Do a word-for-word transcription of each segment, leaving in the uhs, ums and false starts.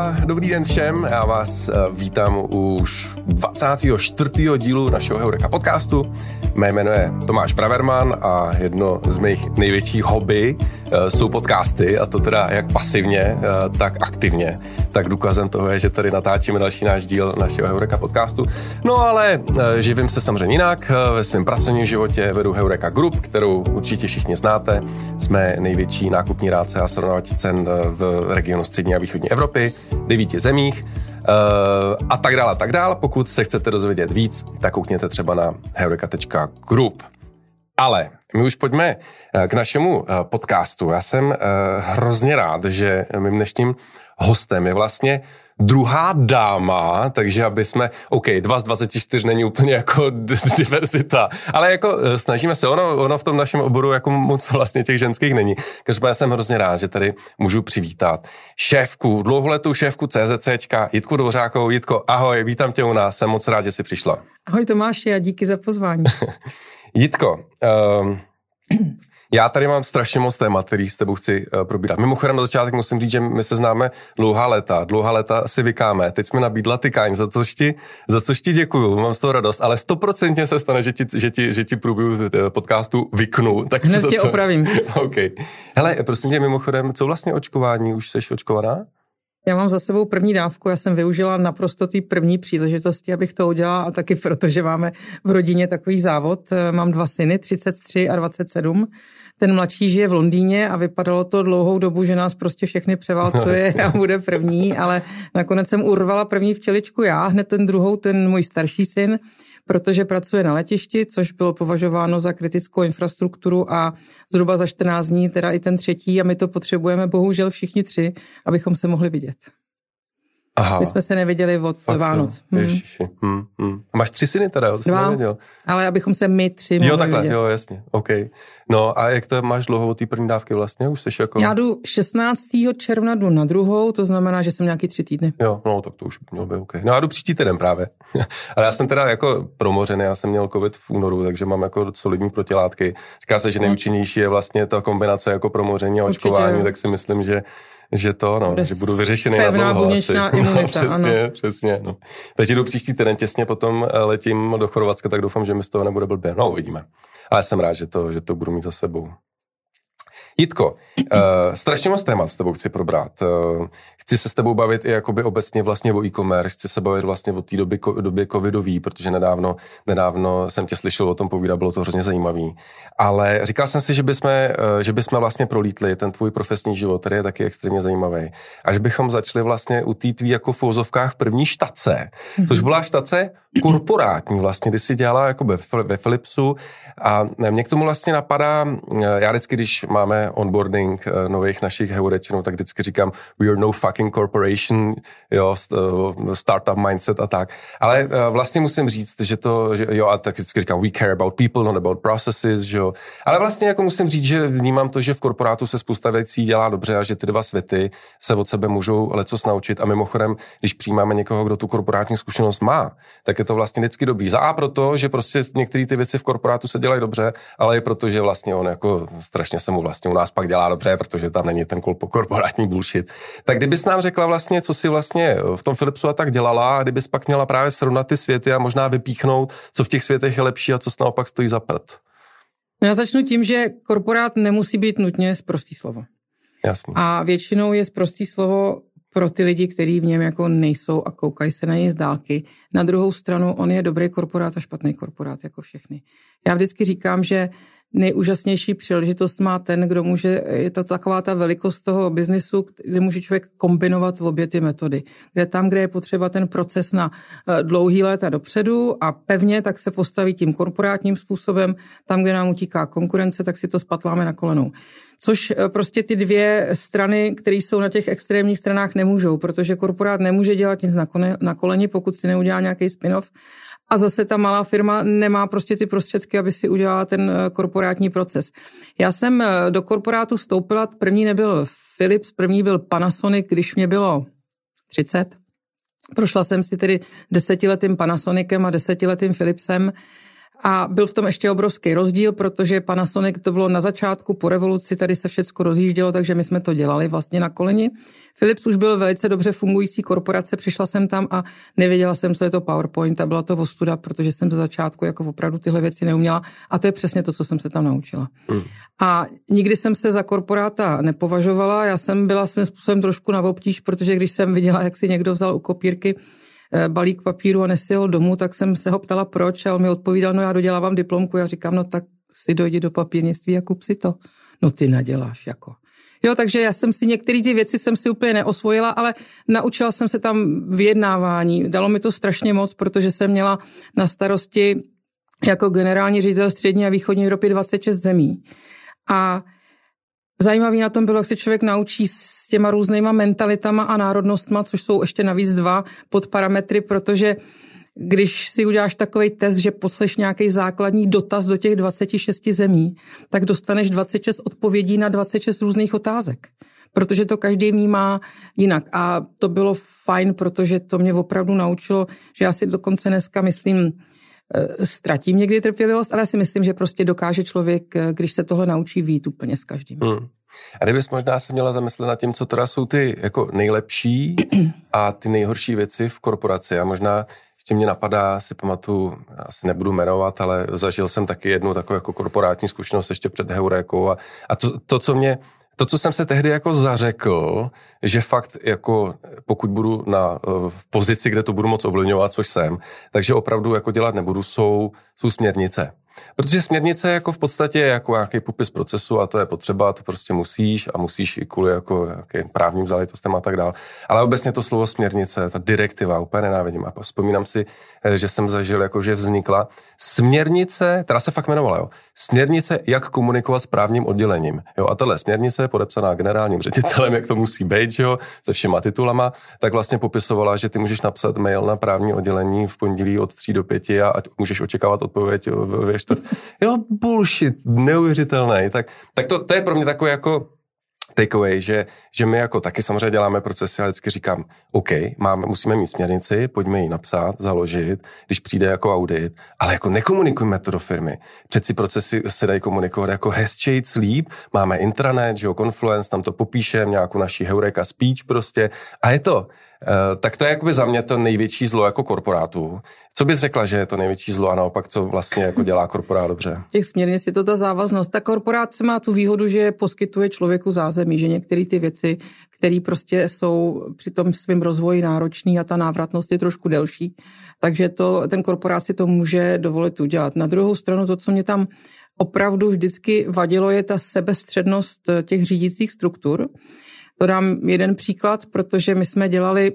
a dobrý den všem. Já vás vítám už dvacátého čtvrtého dílu našeho Heureka podcastu. Mé jméno je Tomáš Braverman a jedno z mých největších hobby jsou podcasty, a to teda jak pasivně, tak aktivně. Tak důkazem toho je, že tady natáčíme další náš díl našeho Heureka podcastu. No ale živím se samozřejmě jinak. Ve svém pracovním životě vedu Heureka Group, kterou určitě všichni znáte. Jsme největší nákupní rádce a srovnávací cen v regionu střední a východní Evropy, devíti zemích a tak dále, a tak dále. Pokud se chcete dozvědět víc, tak koukněte třeba na heureka tečka group. Ale my už pojďme k našemu podcastu. Já jsem hrozně rád, že mým dnešním hostem je vlastně druhá dáma, takže aby jsme, OK, dva z dvaceti čtyř není úplně jako diverzita, ale jako snažíme se, ono, ono v tom našem oboru jako moc vlastně těch ženských není. Každopádně jsem hrozně rád, že tady můžu přivítat šéfku, dlouholetou šéfku CZCčka, Jitku Dvořákovou. Jitko, ahoj, vítám tě u nás, jsem moc rád, že jsi přišla. Ahoj Tomáši a díky za pozvání. Jitko, um, já tady mám strašně moc témat, který s tebou chci uh, probírat. Mimochodem na začátek musím říct, že my se známe dlouhá léta, dlouhá léta si vykáme. Teď jsi mi nabídla tykáň, za což ti, za což ti děkuju, mám z toho radost, ale stoprocentně se stane, že ti, že ti, že ti průběhu podcastu vyknu. Tak hned tě to... opravím. OK. Hele, prosím tě, mimochodem, co vlastně očkování? Už jsi očkovaná? Já mám za sebou první dávku, já jsem využila naprosto té první příležitosti, abych to udělala, a taky protože máme v rodině takový závod. Mám dva syny, třicet tři a dvacet sedm. Ten mladší žije v Londýně a vypadalo to dlouhou dobu, že nás prostě všechny převálcuje a bude první, ale nakonec jsem urvala první včeličku já, hned ten druhou, ten můj starší syn, protože pracuje na letišti, což bylo považováno za kritickou infrastrukturu, a zhruba za čtrnáct dní teda i ten třetí, a my to potřebujeme bohužel všichni tři, abychom se mohli vidět. Aha. My jsme se neviděli od Fakt, Vánoc. Hmm. Ježiši. Hmm, hmm. A máš tři syny teda, to jsem Dva, nevěděl. Ale abychom se my tři mohli Jo, takhle, vidět. jo, jasně, OK. No a jak to máš dlouho od té první dávky vlastně? Už jsi jako... Já jdu šestnáctého června jdu na druhou, to znamená, že jsem nějaký tři týdny. Jo, no tak to už mělo být OK. No já jdu příští týden právě. Ale já jsem teda jako promořený, já jsem měl covid v únoru, takže mám jako solidní protilátky. Říká se, že nejúčinnější je vlastně ta kombinace jako promoření a očkování, určitě, tak si myslím, že že to, no, že budu vyřešený na dlouho. Pevná buněčná imunita, přesně, ano. Přesně, no. Takže jdu příští týden, těsně potom letím do Chorvatska, tak doufám, že mi z toho nebude blbě. No, uvidíme. Ale jsem rád, že to, že to budu mít za sebou. Jitko, uh, strašně moc témat s tebou chci probrat. Uh, chci se s tebou bavit i jakoby obecně vlastně o e-commerce, chci se bavit vlastně o té době, době covidový, protože nedávno, nedávno jsem tě slyšel o tom povídat, bylo to hrozně zajímavý. Ale říkal jsem si, že bychom, uh, že bychom vlastně prolítli ten tvůj profesní život, který je taky extrémně zajímavý. Až bychom začali vlastně u té tvý jako v uvozovkách první štace, což byla štace korporátní vlastně, kdy jsi dělala jakoby ve Philipsu, a mě k tomu vlastně napadá, já vždycky, když máme onboarding nových našich heurečanů, tak vždycky říkám, we are no fucking corporation, jo, startup mindset a tak. Ale vlastně musím říct, že to, že, jo, a tak vždycky říkám, we care about people, not about processes, že jo. Ale vlastně jako musím říct, že vnímám to, že v korporátu se spousta věcí dělá dobře a že ty dva světy se od sebe můžou lecos naučit, a mimochodem, když přijímáme někoho, kdo tu korporátní zkušenost má, tak je to vlastně vždycky dobrý. Za A proto, že prostě některé ty věci v korporátu se dělají dobře, ale i proto, že vlastně on jako strašně se mu vlastně u nás pak dělá dobře, protože tam není ten korporátní bullshit. Tak kdybys nám řekla vlastně, co si vlastně v tom Philipsu a tak dělala, a kdybys pak měla právě srovnat ty světy a možná vypíchnout, co v těch světech je lepší a co naopak stojí za prd. Já začnu tím, že korporát nemusí být nutně sprostý slovo. Jasný. A většinou je sprostý slovo pro ty lidi, kteří v něm jako nejsou a koukají se na něj z dálky. Na druhou stranu, on je dobrý korporát a špatný korporát, jako všechny. Já vždycky říkám, že nejúžasnější příležitost má ten, kdo může, je to taková ta velikost toho biznisu, kde může člověk kombinovat v obě ty metody. Kde tam, kde je potřeba ten proces na dlouhý léta dopředu a pevně, tak se postaví tím korporátním způsobem. Tam, kde nám utíká konkurence, tak si to spatláme na kolenou. Což prostě ty dvě strany, které jsou na těch extrémních stranách, nemůžou, protože korporát nemůže dělat nic na, kone, na koleni, pokud si neudělá nějaký spin-off. A zase ta malá firma nemá prostě ty prostředky, aby si udělala ten korporátní proces. Já jsem do korporátu vstoupila, první nebyl Philips, první byl Panasonic, když mě bylo třicet. Prošla jsem si tedy desetiletým Panasonicem a desetiletým Philipsem A byl v tom ještě obrovský rozdíl, protože Panasonic to bylo na začátku, po revoluci, tady se všecko rozjíždělo, takže my jsme to dělali vlastně na koleni. Philips už byl velice dobře fungující korporace, přišla jsem tam a nevěděla jsem, co je to PowerPoint a byla to ostuda, protože jsem za začátku jako opravdu tyhle věci neuměla a to je přesně to, co jsem se tam naučila. Mm. A nikdy jsem se za korporáta nepovažovala, já jsem byla svým způsobem trošku na obtíž, protože když jsem viděla, jak si někdo vzal u kopírky balík papíru a nesi ho domů, tak jsem se ho ptala proč a on mi odpovídal, no já dodělávám diplomku, já říkám, no tak si dojdi do papírnictví a kup si to. No ty naděláš jako. Jo, takže já jsem si některé ty věci jsem si úplně neosvojila, ale naučila jsem se tam vyjednávání. Dalo mi to strašně moc, protože jsem měla na starosti jako generální ředitel střední a východní Evropy dvacet šest zemí. A zajímavý na tom bylo, jak se člověk naučí s těma různýma mentalitama a národnostma, což jsou ještě navíc dva podparametry, protože když si uděláš takový test, že posleš nějaký základní dotaz do těch dvacet šest zemí, tak dostaneš dvacet šest odpovědí na dvacet šest různých otázek, protože to každý vnímá jinak. A to bylo fajn, protože to mě opravdu naučilo, že já si dokonce dneska myslím, ztratím někdy trpělivost, ale já si myslím, že prostě dokáže člověk, když se tohle naučí, vyjít úplně s každým. Hmm. A kdybys možná se měla zamyslet nad tím, co teda jsou ty jako nejlepší a ty nejhorší věci v korporaci. A možná ještě mě napadá, si pamatuju, asi nebudu jmenovat, ale zažil jsem taky jednu takovou jako korporátní zkušenost ještě před Heurékou. A, a to, to, co mě To, co jsem se tehdy jako zařekl, že fakt jako pokud budu na v pozici, kde to budu moc ovlivňovat, což jsem, takže opravdu jako dělat nebudu, jsou, jsou směrnice. Protože směrnice jako v podstatě je jako nějaký popis procesu a to je potřeba, to prostě musíš a musíš i kvůli jako nějakým právním záležitostem a tak dále. Ale obecně to slovo směrnice, ta direktiva, úplně nenávidím. A vzpomínám si, že jsem zažil, jako že vznikla směrnice, která se fakt jmenovala, jo, směrnice, jak komunikovat s právním oddělením. Jo, a tahle směrnice, podepsaná generálním ředitelem, jak to musí být, jo, se všema titulama, tak vlastně popisovala, že ty můžeš napsat mail na právní oddělení v pondělí od tří do pěti a můžeš očekávat odpověď ve čtvrt. Jo, bullshit, neuvěřitelný. Tak, tak to, to je pro mě takový jako takeaway, že, že my jako taky samozřejmě děláme procesy, ale vždycky říkám, OK, máme, musíme mít směrnici, pojďme ji napsat, založit, když přijde jako audit, ale jako nekomunikujme to do firmy. Přeci procesy se dají komunikovat jako hezčejc líp, máme intranet, že jo, Confluence, tam to popíšem, nějakou naší Heureka speech prostě a je to. Uh, tak to je jakoby za mě to největší zlo jako korporátu. Co bys řekla, že je to největší zlo a naopak, co vlastně jako dělá korporát dobře? Těch směrnic je to ta závaznost. Ta korporát má tu výhodu, že poskytuje člověku zázemí, že některé ty věci, které prostě jsou při tom svém rozvoji náročný a ta návratnost je trošku delší, takže to, ten korporát si to může dovolit udělat. Na druhou stranu to, co mě tam opravdu vždycky vadilo, je ta sebestřednost těch řídících struktur. To dám jeden příklad, protože my jsme dělali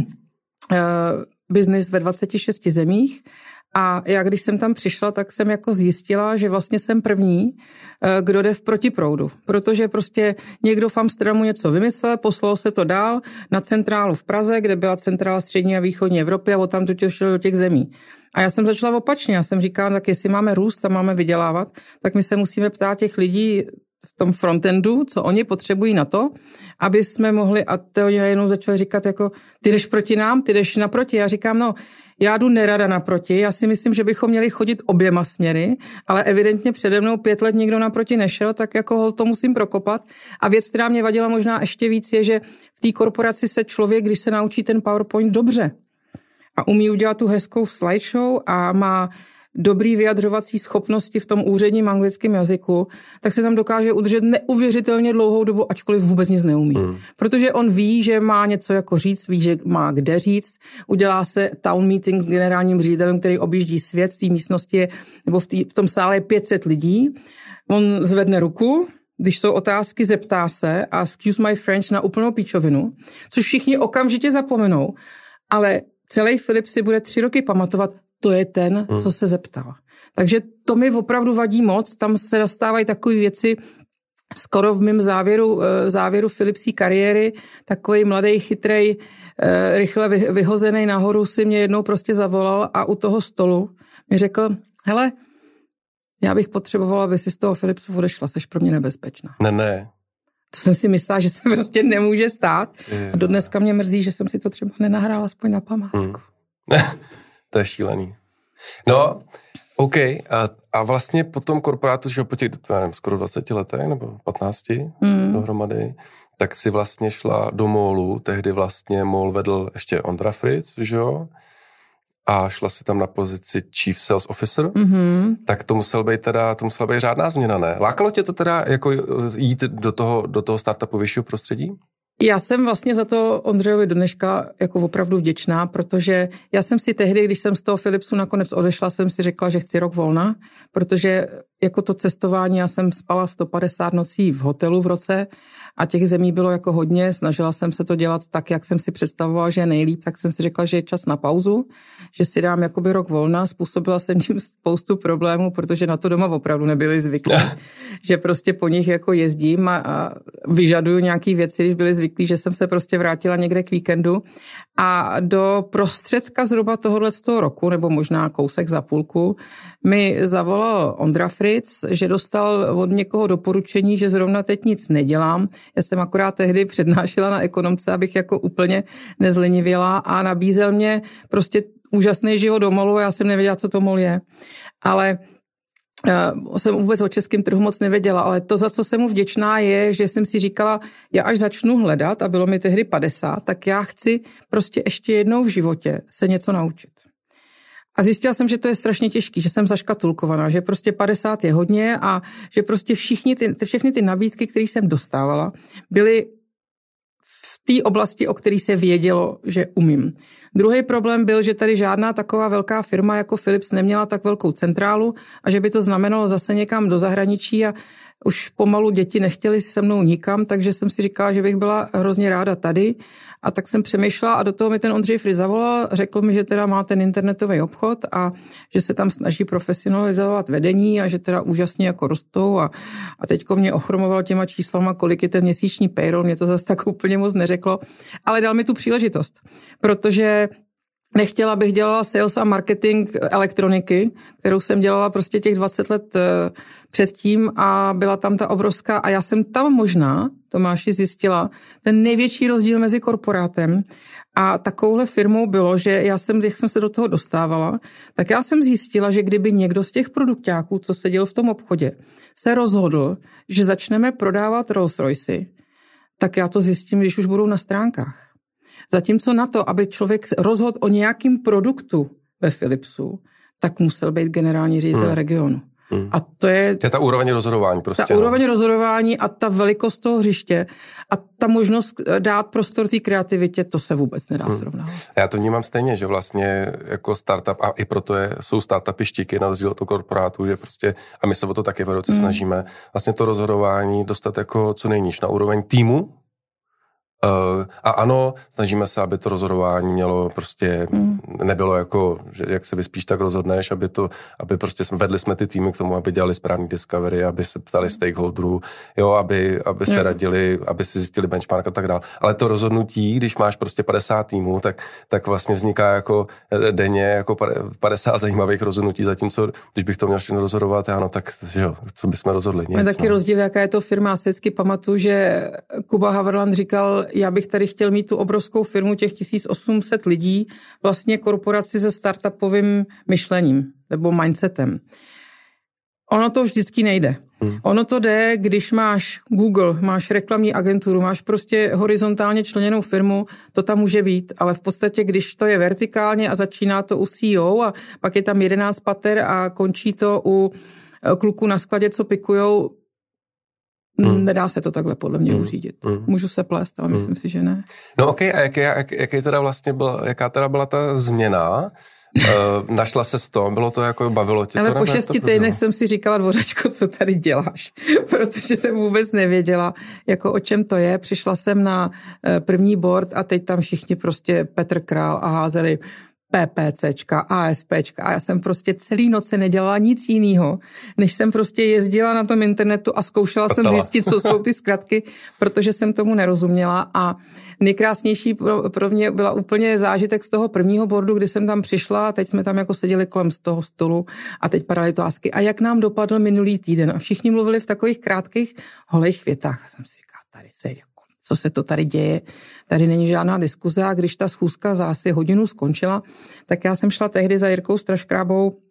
uh, biznis ve dvaceti šesti zemích a já, když jsem tam přišla, tak jsem jako zjistila, že vlastně jsem první, uh, kdo jde v protiproudu, protože prostě někdo v Amsterdamu něco vymyslel, poslal se to dál na centrálu v Praze, kde byla centrála střední a východní Evropy a od tam to šlo do těch zemí. A já jsem začala opačně, já jsem říkala, tak jestli máme růst a máme vydělávat, tak my se musíme ptát těch lidí v tom frontendu, co oni potřebují na to, aby jsme mohli, a to oni najednou začali říkat jako, ty jdeš proti nám, ty jdeš naproti. Já říkám, no, já jdu nerada naproti, já si myslím, že bychom měli chodit oběma směry, ale evidentně přede mnou pět let nikdo naproti nešel, tak jako hol to musím prokopat. A věc, která mě vadila možná ještě víc, je, že v té korporaci se člověk, když se naučí ten PowerPoint dobře a umí udělat tu hezkou slideshow a má dobrý vyjadřovací schopnosti v tom úředním anglickém jazyku, tak se tam dokáže udržet neuvěřitelně dlouhou dobu, ačkoliv vůbec nic neumí. Hmm. Protože on ví, že má něco jako říct, ví, že má kde říct, udělá se town meeting s generálním ředitelem, který objíždí svět, v té místnosti je, nebo v, tý, v tom sále je pět set lidí, on zvedne ruku, když jsou otázky, zeptá se a excuse my French na úplnou píčovinu, což všichni okamžitě zapomenou, ale celý Filip si bude tři roky pamatovat, to je ten, hmm. co se zeptal. Takže to mi opravdu vadí moc, tam se nastávají takové věci, skoro v mém závěru, závěru Filipsí kariéry, takový mladý, chytrej, rychle vyhozený nahoru si mě jednou prostě zavolal a u toho stolu mi řekl, hele, já bych potřebovala, aby si z toho Philipsu odešla, seš pro mě nebezpečná. Ne, ne. To jsem si myslela, že se prostě nemůže stát. A do dneska mě mrzí, že jsem si to třeba nenahrála aspoň na památku. Hmm. To je šílený. No, OK, a, a vlastně po tom korporátu, že po těch, nevím, skoro dvaceti letech nebo patnácti mm. dohromady, tak si vlastně šla do Mólu, tehdy vlastně Mól vedl ještě Ondra Fritz, že jo? A šla si tam na pozici Chief Sales Officer, mm-hmm. tak to musel být teda, to musela být řádná změna, ne? Lákalo tě to teda jako jít do toho, do toho startupovějšího prostředí? Já jsem vlastně za to Ondřejovi do dneška jako opravdu vděčná, protože já jsem si tehdy, když jsem z toho Philipsu nakonec odešla, jsem si řekla, že chci rok volna, protože jako to cestování, já jsem spala sto padesát nocí v hotelu v roce a těch zemí bylo jako hodně, snažila jsem se to dělat tak, jak jsem si představovala, že je nejlíp, tak jsem si řekla, že je čas na pauzu, že si dám jakoby rok volna, způsobila jsem tím spoustu problémů, protože na to doma opravdu nebyli zvyklí, že prostě po nich jako jezdím a, a vyžaduju nějaký věci, když byli zvyklí, že jsem se prostě vrátila někde k víkendu a do prostředka zhruba tohohle z toho roku, nebo možná kousek za půlku, mi zavolal Ondra Fritz, že dostal od někoho doporučení, že zrovna teď nic nedělám. Já jsem akorát tehdy přednášela na ekonomce, abych jako úplně nezlenivěla a nabízel mě prostě úžasný život do Molu, já jsem nevěděla, co to Mol je. Ale Uh, jsem vůbec o českém trhu moc nevěděla, ale to, za co jsem mu vděčná, je, že jsem si říkala, já až začnu hledat, a bylo mi tehdy padesát, tak já chci prostě ještě jednou v životě se něco naučit. A zjistila jsem, že to je strašně těžký, že jsem zaškatulkovaná, že prostě padesát je hodně a že prostě všichni ty, všechny ty nabídky, které jsem dostávala, byly v té oblasti, o které se vědělo, že umím. Druhý problém byl, že tady žádná taková velká firma jako Philips neměla tak velkou centrálu a že by to znamenalo zase někam do zahraničí a už pomalu děti nechtěly se mnou nikam, takže jsem si říkala, že bych byla hrozně ráda tady. A tak jsem přemýšlela a do toho mi ten Ondřej Fritz zavolal, řekl mi, že teda má ten internetový obchod a že se tam snaží profesionalizovat vedení a že teda úžasně jako rostou a, a teďko mě ochromoval těma číslama, kolik je ten měsíční payroll, mě to zase tak úplně moc neřeklo, ale dal mi tu příležitost, protože nechtěla bych dělala sales a marketing elektroniky, kterou jsem dělala prostě těch dvacet let předtím a byla tam ta obrovská, a já jsem tam možná, Tomáši, zjistila ten největší rozdíl mezi korporátem a takovouhle firmou bylo, že já jsem, když jsem se do toho dostávala, tak já jsem zjistila, že kdyby někdo z těch produkťáků, co seděl v tom obchodě, se rozhodl, že začneme prodávat Rolls Royce, tak já to zjistím, když už budou na stránkách. Zatímco na to, aby člověk rozhodl o nějakém produktu ve Philipsu, tak musel být generální ředitel hmm. regionu. Hmm. A to je... To je ta úroveň rozhodování prostě. Ta no. úroveň rozhodování a ta velikost toho hřiště a ta možnost dát prostor té kreativitě, to se vůbec nedá hmm. srovnat. Já to vnímám stejně, že vlastně jako startup, a i proto je, jsou startupy štíky na rozdíl od toho korporátu, že prostě, a my se o to taky vedoucí hmm. snažíme, vlastně to rozhodování dostat jako co nejníž na úroveň týmu. Uh, a ano, snažíme se, aby to rozhodování mělo prostě, mm. nebylo jako, že jak se vyspíš, tak rozhodneš, aby to, aby prostě jsme, vedli jsme ty týmy k tomu, aby dělali správný discovery, aby se ptali stakeholderů, jo, aby, aby se mm. radili, aby si zjistili benchmark a tak dále. Ale to rozhodnutí, když máš prostě padesát týmů, tak, tak vlastně vzniká jako denně jako padesát zajímavých rozhodnutí, zatímco, když bych to měl všechno rozhodovat, ano, tak jo, co bychom rozhodli? Nic, je taky no. rozdíl, jaká je to firma. Já si vždycky pamatuju, že Kuba Haverland říkal, já bych tady chtěl mít tu obrovskou firmu těch tisíc osm set lidí, vlastně korporaci se startupovým myšlením nebo mindsetem. Ono to vždycky nejde. Hmm. Ono to jde, když máš Google, máš reklamní agenturu, máš prostě horizontálně členěnou firmu, to tam může být, ale v podstatě, když to je vertikálně a začíná to u C E O a pak je tam jedenáct pater a končí to u kluků na skladě, co pikujou, Hmm. nedá se to takhle podle mě hmm. uřídit. Hmm. Můžu se plést, ale hmm. myslím si, že ne. No okej, okay, a jaký, jak, jaký teda vlastně byl, jaká teda byla ta změna? uh, našla se s tom, bylo to jako, bavilo tě to? Ale po šesti týdnech jsem si říkala, Dvořečko, co tady děláš? Protože jsem vůbec nevěděla, jako o čem to je. Přišla jsem na první board a teď tam všichni prostě Petr Král a házeli PPCčka, ASPčka a já jsem prostě celý noce nedělala nic jiného, než jsem prostě jezdila na tom internetu a zkoušela jsem zjistit, co jsou ty zkratky, protože jsem tomu nerozuměla a nejkrásnější pro, pro mě byla úplně zážitek z toho prvního boardu, kdy jsem tam přišla a teď jsme tam jako seděli kolem z toho stolu a teď padaly otázky. A jak nám dopadl minulý týden? A všichni mluvili v takových krátkých holých větách. A jsem si říkala, tady se co se to tady děje, tady není žádná diskuze a když ta schůzka za asi hodinu skončila, tak já jsem šla tehdy za Jirkou Straškrábou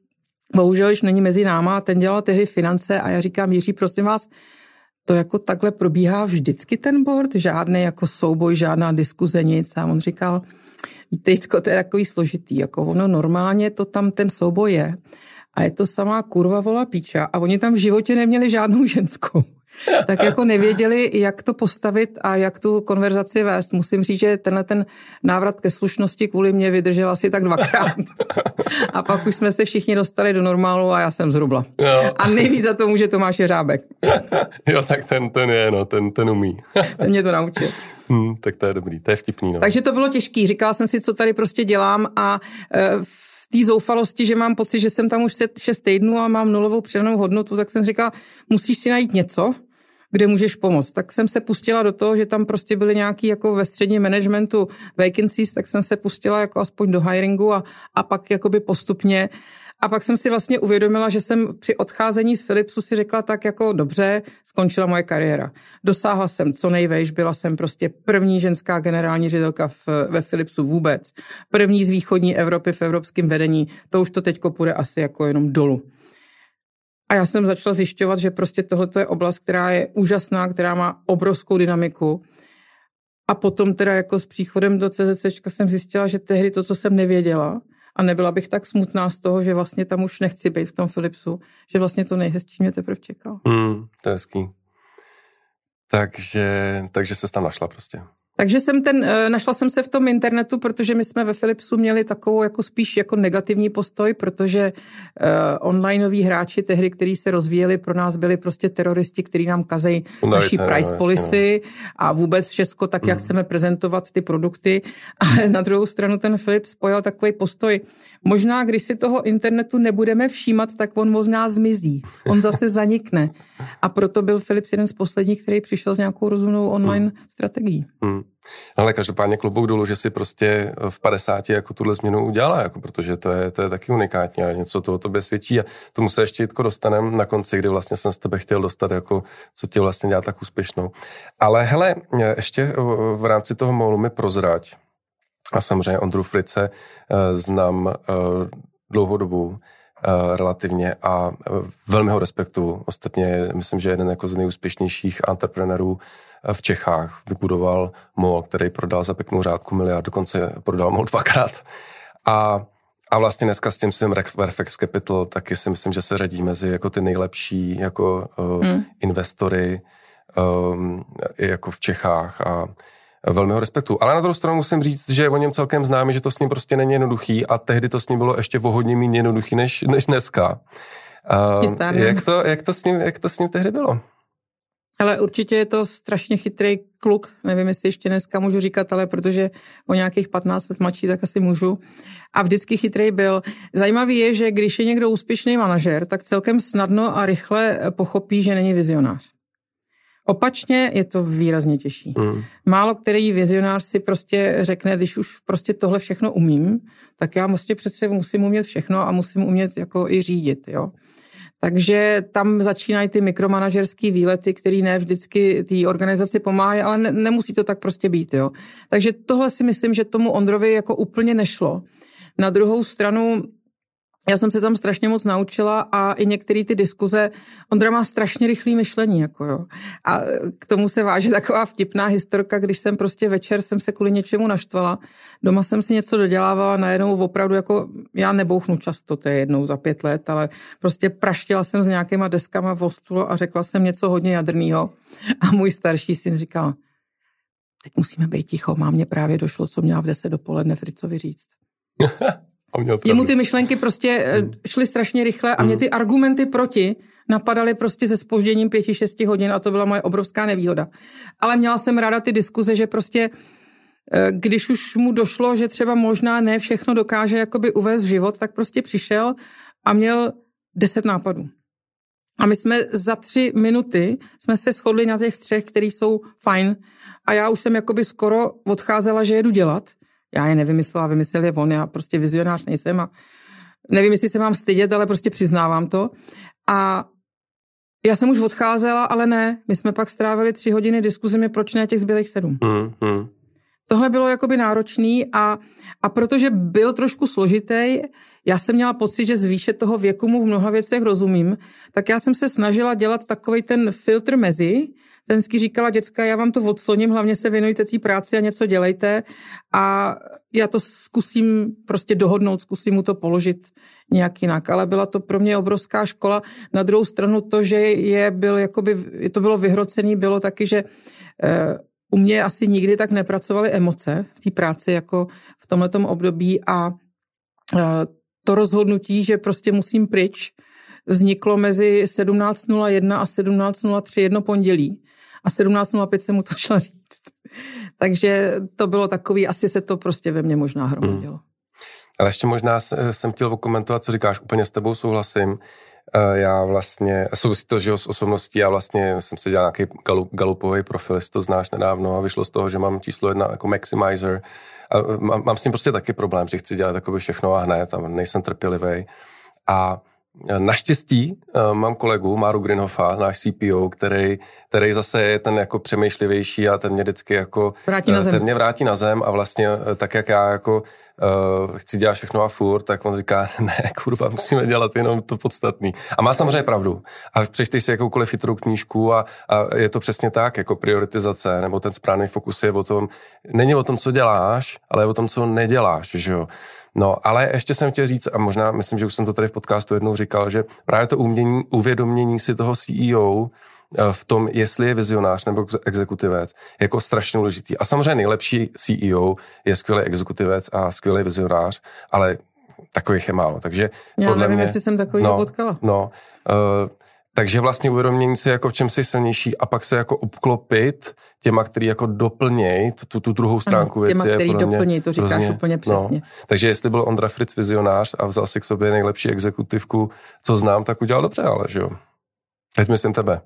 bohužel již není mezi náma, ten dělal tehdy finance a já říkám, Jiří, prosím vás, to jako takhle probíhá vždycky ten board, žádný jako souboj, žádná diskuze, nic. A on říkal, víte, to je takový složitý, jako ono normálně to tam ten souboj je a je to samá kurva vola píča a oni tam v životě neměli žádnou ženskou. Tak jako nevěděli, jak to postavit a jak tu konverzaci vést. Musím říct, že tenhle ten návrat ke slušnosti kvůli mě vydržel asi tak dvakrát. A pak už jsme se všichni dostali do normálu a já jsem zhrubla. Jo. A nejvíc za to může Tomáš Jeřábek. Jo, tak ten, ten je, no, ten, ten umí. Ten mě to naučil. Hmm, tak to je dobrý, to je vtipný. No. Takže to bylo těžký. Říkala jsem si, co tady prostě dělám a e, v té zoufalosti, že mám pocit, že jsem tam už šest týdnů a mám nulovou přidanou hodnotu, tak jsem říkala, musíš si najít něco, kde můžeš pomoct. Tak jsem se pustila do toho, že tam prostě byly nějaký jako ve středním managementu vacancies, tak jsem se pustila jako aspoň do hiringu a, a pak jakoby postupně. A pak jsem si vlastně uvědomila, že jsem při odcházení z Philipsu si řekla tak jako dobře, skončila moje kariéra. Dosáhla jsem co nejvejš, byla jsem prostě první ženská generální ředitelka v, ve Philipsu vůbec. První z východní Evropy v evropském vedení. To už to teďko půjde asi jako jenom dolů. A já jsem začala zjišťovat, že prostě tohle je oblast, která je úžasná, která má obrovskou dynamiku. A potom teda jako s příchodem do CZCčka jsem zjistila, že tehdy to, co jsem nevěděla, a nebyla bych tak smutná z toho, že vlastně tam už nechci být v tom Philipsu, že vlastně to nejhezčí mě teprve čeká. Hmm, to je hezký. Takže, takže ses tam našla prostě. Takže jsem ten, našla jsem se v tom internetu, protože my jsme ve Philipsu měli takovou jako spíš jako negativní postoj, protože uh, onlineoví hráči tehdy, kteří se rozvíjeli, pro nás byli prostě teroristi, kteří nám kazejí naší no, price no, policy no. A vůbec všechno tak, jak mm. chceme prezentovat ty produkty. Ale na druhou stranu ten Philips pojal takový postoj. Možná, když si toho internetu nebudeme všímat, tak on možná zmizí. On zase zanikne. A proto byl Philips jeden z posledních, který přišel s nějakou rozumnou online mm. strategií. Mm. Ale každopádně klobouk dolů, že si prostě v padesáti jako tuhle změnu udělala, jako, protože to je, to je taky unikátní a něco to o tobě svědčí a tomu se ještě Jitko dostaneme na konci, kdy vlastně jsem z tebe chtěl dostat, jako, co tě vlastně dělá tak úspěšnou. Ale hele, ještě v rámci toho mólu mi prozrať, a samozřejmě Ondru Frice znám dlouhou dobu, relativně a velmi ho respektuju. Ostatně myslím, že jeden jako z nejúspěšnějších entreprenérů v Čechách vybudoval mall, který prodal za pěknou řádku miliard, dokonce prodal mall dvakrát. A, a vlastně dneska s tím svým Verfex Capital taky si myslím, že se řadí mezi jako ty nejlepší jako uh, hmm. investory um, jako v Čechách a velmi ho respektuju. Ale na druhou stranu musím říct, že je o něm celkem známý, že to s ním prostě není jednoduchý a tehdy to s ním bylo ještě o hodně méně jednoduchý než, než dneska. Uh, jak, to, jak, to s ním, jak to s ním tehdy bylo? Ale určitě je to strašně chytrý kluk, nevím, jestli ještě dneska můžu říkat, ale protože o nějakých patnáct let mladší, tak asi můžu. A vždycky chytrý byl. Zajímavý je, že když je někdo úspěšný manažer, tak celkem snadno a rychle pochopí, že není vizionář. Opačně je to výrazně těžší. Mm. Málo který vizionář si prostě řekne, když už prostě tohle všechno umím, tak já vlastně přece musím umět všechno a musím umět jako i řídit, jo. Takže tam začínají ty mikromanažerský výlety, který ne vždycky té organizaci pomáhají, ale ne, nemusí to tak prostě být, jo. Takže tohle si myslím, že tomu Ondrovi jako úplně nešlo. Na druhou stranu, já jsem se tam strašně moc naučila a i některé ty diskuze, Ondra má strašně rychlé myšlení, jako jo. A k tomu se váže taková vtipná historka, když jsem prostě večer jsem se kvůli něčemu naštvala, doma jsem si něco dodělávala, najednou opravdu jako, já nebouchnu často, to je jednou za pět let, ale prostě praštila jsem s nějakýma deskama o stůl a řekla jsem něco hodně jadrnýho a můj starší syn říkal, teď musíme být ticho, mámě právě došlo, co měla v deset dopoledne Fricovi říct. Jemu ty myšlenky prostě hmm. šly strašně rychle a mě ty argumenty proti napadaly prostě se zpožděním pěti, šesti hodin a to byla moje obrovská nevýhoda. Ale měla jsem ráda ty diskuze, že prostě když už mu došlo, že třeba možná ne všechno dokáže jakoby uvést v život, tak prostě přišel a měl deset nápadů. A my jsme za tři minuty jsme se shodli na těch třech, který jsou fajn a já už jsem jakoby skoro odcházela, že jedu dělat. Já je nevymyslela, vymyslel je on, já prostě vizionář nejsem a nevím, jestli se mám stydět, ale prostě přiznávám to. A já jsem už odcházela, ale ne, my jsme pak strávili tři hodiny diskuzemi, proč ne těch zbylých sedm. Mm, mm. Tohle bylo jakoby náročný a, a protože byl trošku složitý, já jsem měla pocit, že z výše toho věku mu v mnoha věcech rozumím, tak já jsem se snažila dělat takovej ten filtr mezi. Jsem vždycky říkala, děcka, já vám to odsloním, hlavně se věnujte té práci a něco dělejte a já to zkusím prostě dohodnout, zkusím mu to položit nějak jinak, ale byla to pro mě obrovská škola. Na druhou stranu to, že je byl, jakoby, to bylo vyhrocený, bylo taky, že uh, u mě asi nikdy tak nepracovaly emoce v té práci jako v tomhletom období a uh, to rozhodnutí, že prostě musím pryč, vzniklo mezi sedmnáct nula jedna a sedmnáct nula tři jedno pondělí a sedmnáct nula pět jsem mu to šla říct. Takže to bylo takový, asi se to prostě ve mně možná hromadilo. Hmm. Ale ještě možná jsem chtěl okomentovat, co říkáš, úplně s tebou souhlasím. Já vlastně, souvisí to, že s osobností, já vlastně jsem si dělal nějaký galup, galupový profil, jestli to znáš nedávno a vyšlo z toho, že mám číslo jedna jako maximizer a mám, mám s tím prostě taky problém, že chci dělat takový všechno a hned a nejsem trpělivý. A naštěstí uh, mám kolegu, Máru Grinhoffa, náš C P O, který, který zase je ten jako přemýšlivější a ten mě vždycky jako... Vrátí na zem. Ten mě vrátí na zem a vlastně tak, jak já jako uh, chci dělat všechno a furt, tak on říká, ne, kurva, musíme dělat jenom to podstatný. A má samozřejmě pravdu. A přečteš si jakoukoliv chytrou knížku a, a je to přesně tak, jako prioritizace, nebo ten správný fokus je o tom, není o tom, co děláš, ale je o tom, co neděláš, že jo. No, ale ještě jsem chtěl říct, a možná myslím, že už jsem to tady v podcastu jednou říkal, že právě to umění, uvědomění si toho C E O v tom, jestli je vizionář nebo exekutivec, jako strašně důležitý. A samozřejmě nejlepší C E O je skvělý exekutivec a skvělý vizionář, ale takových je málo. Takže já podle nevím, mě, jestli jsem takový no, potkala. No, uh, takže vlastně uvědomění si, jako v čem jsi silnější a pak se jako obklopit těma, který jako doplněj tu, tu druhou stránku ano, věci. Těma, který doplněj, to říkáš hrozně, úplně přesně. No. Takže jestli byl Ondra Fritz vizionář a vzal si k sobě nejlepší exekutivku, co znám, tak udělal dobře, ale že jo. Teď myslím tebe.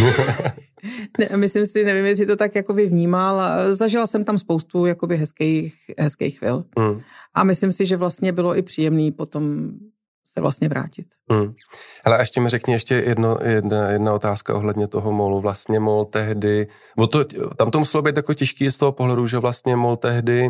ne, myslím si, nevím, jestli to tak jakoby vnímal. Zažila jsem tam spoustu jakoby hezkých, hezkých chvil. Mm. A myslím si, že vlastně bylo i příjemný potom se vlastně vrátit. Hmm. Hele, a ještě mi řekni ještě jedno, jedna, jedna otázka ohledně toho molu. Vlastně mol tehdy, to, tam to muselo být jako těžký z toho pohledu, že vlastně mol tehdy,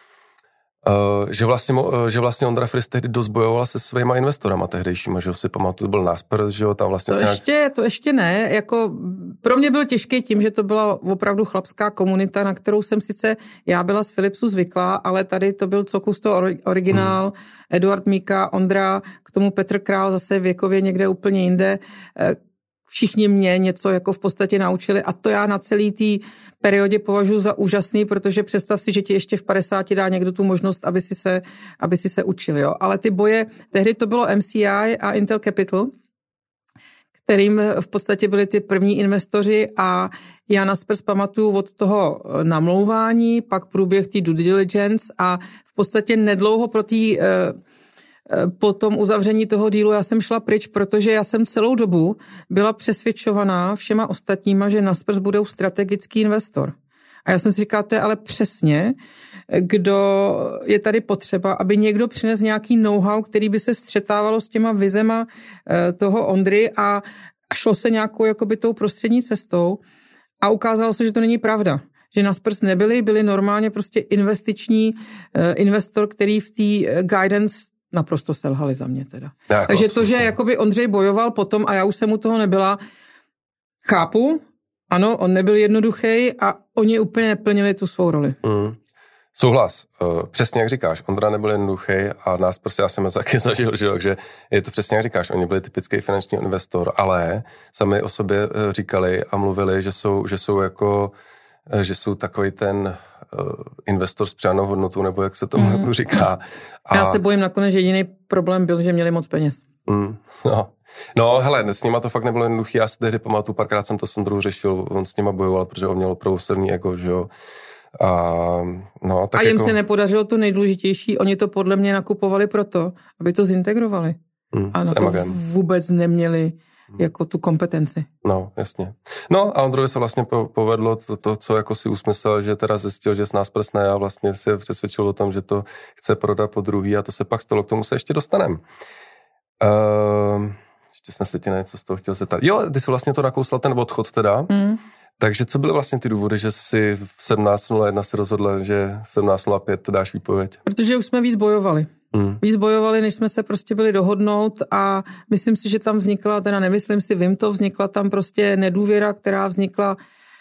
uh, že, vlastně, uh, že vlastně Ondra Fritz tehdy dost bojoval se svýma investorama tehdejšíma, že si pamatuju, to byl Naspers, že jo, tam vlastně... To ještě, nějak... to ještě ne, jako pro mě byl těžký tím, že to byla opravdu chlapská komunita, na kterou jsem sice, já byla z Philipsu zvyklá, ale tady to byl Cokusto originál, hmm. Eduard Míka, Ondra, k tomu Petr Král zase věkově někde úplně jinde. Všichni mě něco jako v podstatě naučili a to já na celý té periodě považuji za úžasný, protože představ si, že ti ještě v padesáti dá někdo tu možnost, aby si se, aby si se učil. Jo? Ale ty boje, tehdy to bylo M C I a Intel Capital, kterým v podstatě byli ty první investoři a já nasprs pamatuju od toho namlouvání, pak průběh té due diligence a v podstatě nedlouho pro tý, po tom uzavření toho dílu já jsem šla pryč, protože já jsem celou dobu byla přesvědčovaná všema ostatníma, že nasprs budou strategický investor. A já jsem si říkala, to je ale přesně, kdo je tady potřeba, aby někdo přines nějaký know-how, který by se střetávalo s těma vizema toho Ondry a šlo se nějakou jakoby tou prostřední cestou a ukázalo se, že to není pravda. Že nasprs nebyli, byli normálně prostě investiční investor, který v té guidance naprosto selhali za mě teda. Jako, Takže to, že jakoby Ondřej bojoval potom a já už jsem u toho nebyla, chápu, ano, on nebyl jednoduchý a oni úplně neplnili tu svou roli. Mm. Souhlas. Uh, přesně jak říkáš, Ondra nebyl jednoduchý a nás prostě já jsem taky zažil, že, že je to přesně jak říkáš, oni byli typický finanční investor, ale sami o sobě říkali a mluvili, že jsou, že jsou jako, že jsou takový ten uh, investor s přidanou hodnotou, nebo jak se tomu mm. říká. A... Já se bojím nakonec, že jediný problém byl, že měli moc peněz. Mm, no. no, hele, s nima to fakt nebylo jednoduchý, já si tehdy pamatuju, párkrát jsem to s Ondrou řešil, on s nima bojoval, protože on měl opravdu silný ego, že jo. A, no, tak a jim jako... se nepodařilo to nejdůležitější, oni to podle mě nakupovali proto, aby to zintegrovali. Mm, a na to vůbec neměli jako tu kompetenci. No, jasně. No a Ondrovi se vlastně povedlo to, to, co jako si usmyslel, že teda zjistil, že s nás prsne a vlastně se přesvědčil o tom, že to chce prodat po druhý a to se pak stalo, k tomu se ještě dostaneme. Uh, ještě jsem se ti něco z toho chtěl zeptat. Jo, ty jsi vlastně to nakousla ten odchod teda. Mm. Takže co byly vlastně ty důvody, že si v sedmnáct nula jedna si rozhodla, že sedmnáct nula pět dáš výpověď? Protože už jsme víc bojovali. Hmm. Víc bojovali, než jsme se prostě byli dohodnout a myslím si, že tam vznikla, teda nemyslím si, vím to, vznikla tam prostě nedůvěra, která vznikla,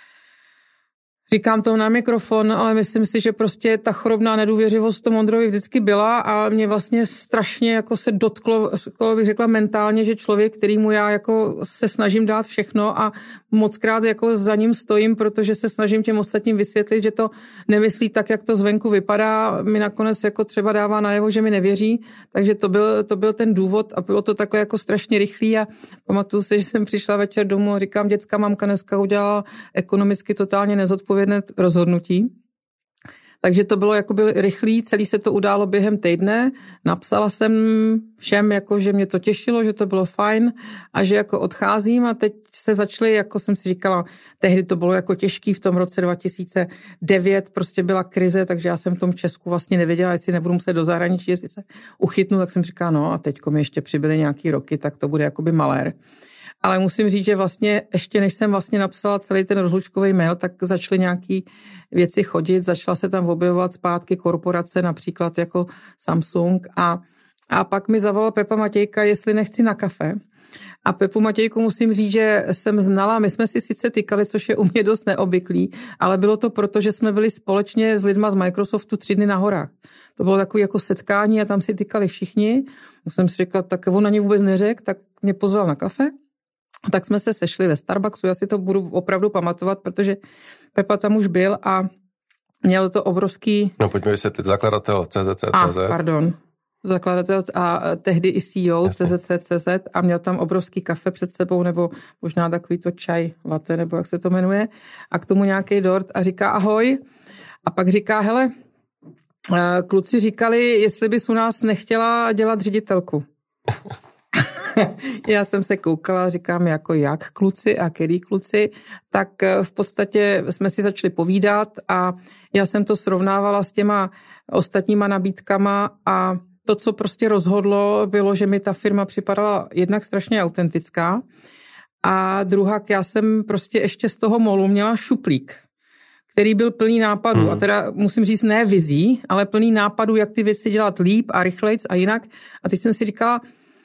říkám to na mikrofon, ale myslím si, že prostě ta chorobná nedůvěřivost v tom Ondrovi vždycky byla a mě vlastně strašně jako se dotklo, bych řekla mentálně, že člověk, kterýmu já jako se snažím dát všechno a mockrát jako za ním stojím, protože se snažím těm ostatním vysvětlit, že to nemyslí tak, jak to zvenku vypadá, mi nakonec jako třeba dává najevo, že mi nevěří, takže to byl, to byl ten důvod a bylo to takhle jako strašně rychlý a pamatuju si, že jsem přišla večer domů a říkám, dětská mamka dneska udělala ekonomicky totálně nezodpovědné rozhodnutí. Takže to bylo jakoby rychlý, celý se to událo během týdne. Napsala jsem všem, jako, že mě to těšilo, že to bylo fajn a že jako odcházím a teď se začaly, jako jsem si říkala, tehdy to bylo jako těžký v tom roce dva tisíce devět, prostě byla krize, takže já jsem v tom Česku vlastně nevěděla, jestli nebudu muset do zahraničí, jestli se uchytnu, tak jsem říkala, no a teďko mi ještě přibyly nějaký roky, tak to bude jakoby malér. Ale musím říct, že vlastně ještě než jsem vlastně napsala celý ten rozlučkový mail, tak začaly nějaký věci chodit, začala se tam objevovat zpátky korporace, například jako Samsung a, a pak mi zavolala Pepa Matějka, jestli nechci na kafe. A Pepu Matějku musím říct, že jsem znala, my jsme si sice tykali, což je u mě dost neobvyklý, ale bylo to proto, že jsme byli společně s lidma z Microsoftu tři dny na horách. To bylo takové jako setkání a tam si tykali všichni. Musím si říkat, tak on na ně vůbec neřekl, tak mě pozval na kafe. Tak jsme se sešli ve Starbucksu, já si to budu opravdu pamatovat, protože Pepa tam už byl a měl to obrovský... No pojďme vysvětlit, zakladatel C Z C tečka cé zet. A, pardon, zakladatel a tehdy i C E O C Z C tečka cé zet a měl tam obrovský kafe před sebou, nebo možná takový to čaj latte, nebo jak se to jmenuje, a k tomu nějaký dort a říká ahoj a pak říká, hele, kluci říkali, jestli bys u nás nechtěla dělat ředitelku. Já jsem se koukala, říkám, jako jak kluci a který kluci, tak v podstatě jsme si začali povídat a já jsem to srovnávala s těma ostatníma nabídkama a to, co prostě rozhodlo, bylo, že mi ta firma připadala jednak strašně autentická a druhá, já jsem prostě ještě z toho molu měla šuplík, který byl plný nápadů hmm. a teda musím říct ne vizí, ale plný nápadů, jak ty věci dělat líp a rychlejc a jinak a teď jsem si říkala,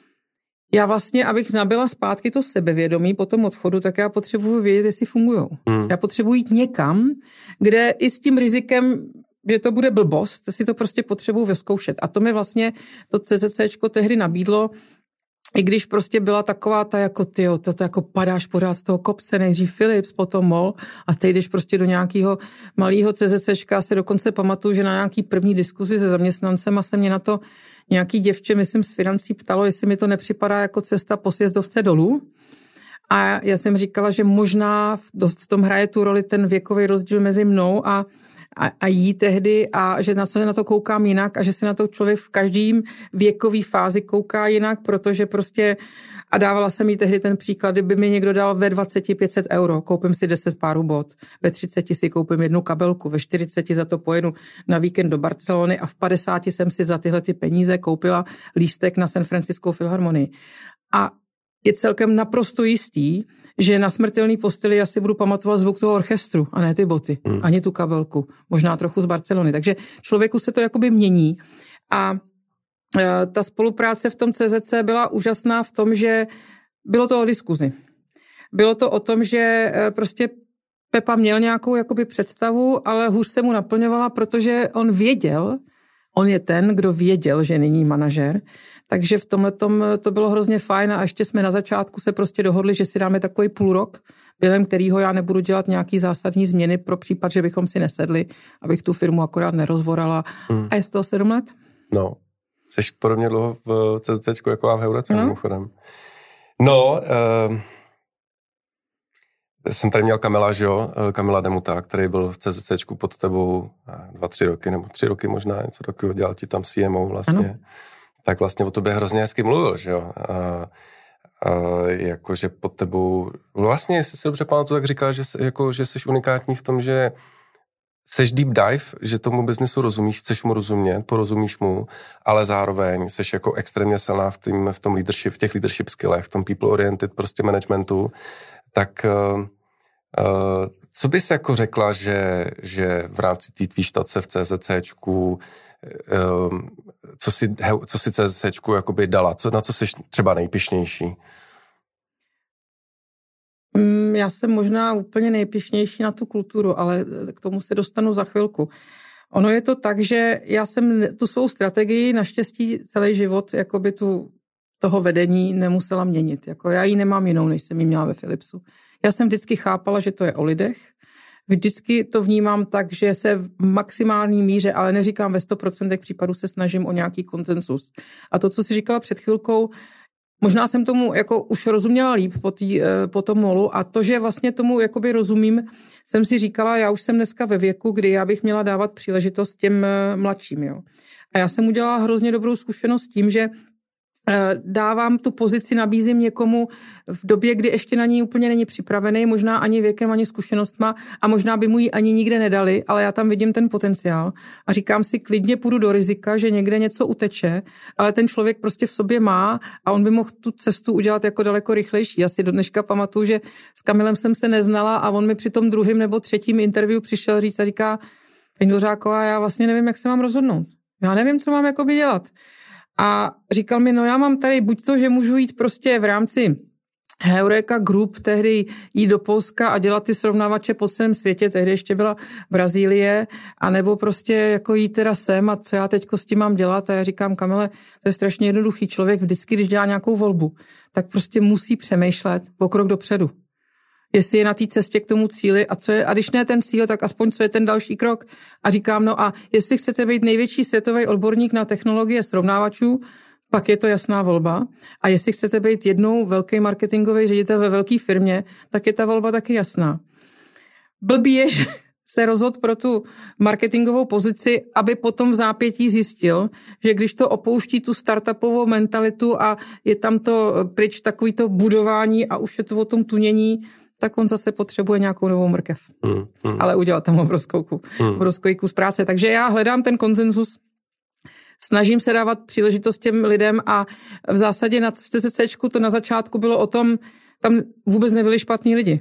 já vlastně, abych nabila zpátky to sebevědomí po tom odchodu, tak já potřebuji vědět, jestli fungujou. Hmm. Já potřebuji jít někam, kde i s tím rizikem, že to bude blbost, si to prostě potřebuji vyzkoušet. A to mi vlastně to CZCčko tehdy nabídlo, i když prostě byla taková ta jako tyjo, to, to jako padáš pořád z toho kopce, nejdřív Philips, potom MOL a teď jdeš prostě do nějakého malého CZCčka, se dokonce pamatuju, že na nějaký první diskuzi se zaměstnancem a se mě na to nějaký děvče, myslím, z financí ptalo, jestli mi to nepřipadá jako cesta po sjezdovce dolů. A já jsem říkala, že možná v tom hraje tu roli ten věkový rozdíl mezi mnou a, a, a jí tehdy a že na co se na to koukám jinak a že se na to člověk v každém věkové fázi kouká jinak, protože prostě a dávala jsem jí tehdy ten příklad, kdyby mi někdo dal ve dvaceti pět set euro, koupím si deset párů bot, ve třiceti si koupím jednu kabelku, ve čtyřiceti za to pojedu na víkend do Barcelony a v padesáti jsem si za tyhle ty peníze koupila lístek na San Francisco filharmonii. A je celkem naprosto jistý, že na smrtelný posteli já si budu pamatovat zvuk toho orchestru a ne ty boty, hmm. ani tu kabelku, možná trochu z Barcelony. Takže člověku se to jakoby mění a ta spolupráce v tom C Z C byla úžasná v tom, že bylo to o diskuzi. Bylo to o tom, že prostě Pepa měl nějakou jakoby představu, ale hůř se mu naplňovala, protože on věděl, on je ten, kdo věděl, že není manažer, takže v tomhletom to bylo hrozně fajn a ještě jsme na začátku se prostě dohodli, že si dáme takový půl rok, během kterého já nebudu dělat nějaký zásadní změny pro případ, že bychom si nesedli, abych tu firmu akorát nerozvorala. Hmm. A je z toho sedm let? No. Jsi podobně dlouho v CZCčku jako já v Heurece, no. mimochodem. No, uh, jsem tady měl Kamila, že jo, Kamila Demuta, který byl v CZCčku pod tebou dva, tři roky, nebo tři roky možná, něco takového, dělal ti tam C M O vlastně. Ano. Tak vlastně o tobě hrozně hezky mluvil, že jo. A, a, jakože pod tebou, vlastně, jestli si dobře pamatuju, tak říkal, že, jako, že jsi unikátní v tom, že seš deep dive, že tomu biznesu rozumíš, chceš mu rozumět, porozumíš mu, ale zároveň seš jako extrémně silná v, tým, v tom leadership, v těch leadership skillech, v tom people oriented prostě managementu, tak uh, Co bys jako řekla, že, že v rámci té tvý štace v CZCčku, co si, co si CZCčku jakoby dala? Co, na co jsi třeba nejpyšnější? Já jsem možná úplně nejpyšnější na tu kulturu, ale k tomu se dostanu za chvilku. Ono je to tak, že já jsem tu svou strategii naštěstí celý život jakoby tu, toho vedení nemusela měnit. Jako já ji nemám jinou, než jsem ji měla ve Philipsu. Já jsem vždycky chápala, že to je o lidech. Vždycky to vnímám tak, že se v maximální míře, ale neříkám ve sto procent případů, se snažím o nějaký konsenzus. A to, co jsi říkala před chvilkou, možná jsem tomu jako už rozuměla líp po, tý, po tom molu a to, že vlastně tomu jakoby rozumím, jsem si říkala, já už jsem dneska ve věku, kdy já bych měla dávat příležitost těm mladším. Jo. A já jsem udělala hrozně dobrou zkušenost s tím, že dávám tu pozici, nabízím někomu v době, kdy ještě na ní úplně není připravený, možná ani věkem, ani zkušenostma a možná by mu ji ani nikde nedali, ale já tam vidím ten potenciál a říkám si, klidně půjdu do rizika, že někde něco uteče, ale ten člověk prostě v sobě má a on by mohl tu cestu udělat jako daleko rychlejší. Já si do dneška pamatuju, že s Kamilem jsem se neznala a on mi při tom druhém nebo třetím interview přišel říct a říká, paní Dvořáková, já vlastně nevím, jak se mám rozhodnout. Já nevím, co mám jakoby dělat. A říkal mi, no já mám tady buď to, že můžu jít prostě v rámci Heureka Group, tehdy jít do Polska a dělat ty srovnávače po celém světě, tehdy ještě byla Brazílie, anebo prostě jako jít teda sem a co já teďko s tím mám dělat. A já říkám, Kamile, to je strašně jednoduchý člověk, vždycky, když dělá nějakou volbu, tak prostě musí přemýšlet o krok dopředu. Jestli je na té cestě k tomu cíli a co je, a když ne ten cíl, tak aspoň co je ten další krok. A říkám, no a jestli chcete být největší světový odborník na technologie srovnávačů, pak je to jasná volba. A jestli chcete být jednou velký marketingový ředitel ve velké firmě, tak je ta volba taky jasná. Blbý je, že se rozhodl pro tu marketingovou pozici, aby potom v zápětí zjistil, že když to opouští tu startupovou mentalitu a je tam to pryč takový to budování a už je to o tom tunění, tak on zase potřebuje nějakou novou mrkev. Mm, mm. Ale udělat tam obrovskou, mm. obrovský kus práce. Takže já hledám ten konsenzus, snažím se dávat příležitost těm lidem a v zásadě na CCCčku to na začátku bylo o tom, tam vůbec nebyli špatní lidi.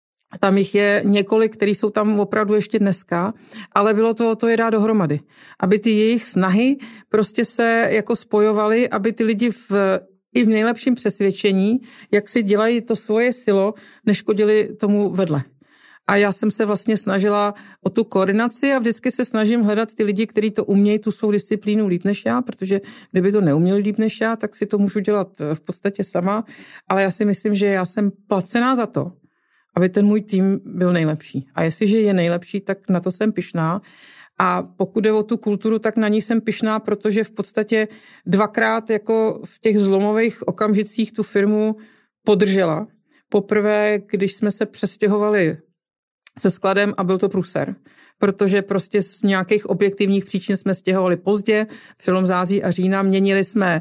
Tam jich je několik, kteří jsou tam opravdu ještě dneska, ale bylo to to je dát dohromady. Aby ty jejich snahy prostě se jako spojovaly, aby ty lidi v i v nejlepším přesvědčení, jak si dělají to svoje silo, neškodili tomu vedle. A já jsem se vlastně snažila o tu koordinaci a vždycky se snažím hledat ty lidi, kteří to umějí tu svou disciplínu líp než já, protože kdyby to neuměli líp než já, tak si to můžu dělat v podstatě sama, ale já si myslím, že já jsem placená za to, aby ten můj tým byl nejlepší. A jestliže je nejlepší, tak na to jsem pyšná. A pokud jde o tu kulturu, tak na ní jsem pyšná, protože v podstatě dvakrát jako v těch zlomových okamžicích tu firmu podržela. Poprvé, když jsme se přestěhovali se skladem a byl to průser, protože prostě z nějakých objektivních příčin jsme stěhovali pozdě, přelom září a října, měnili jsme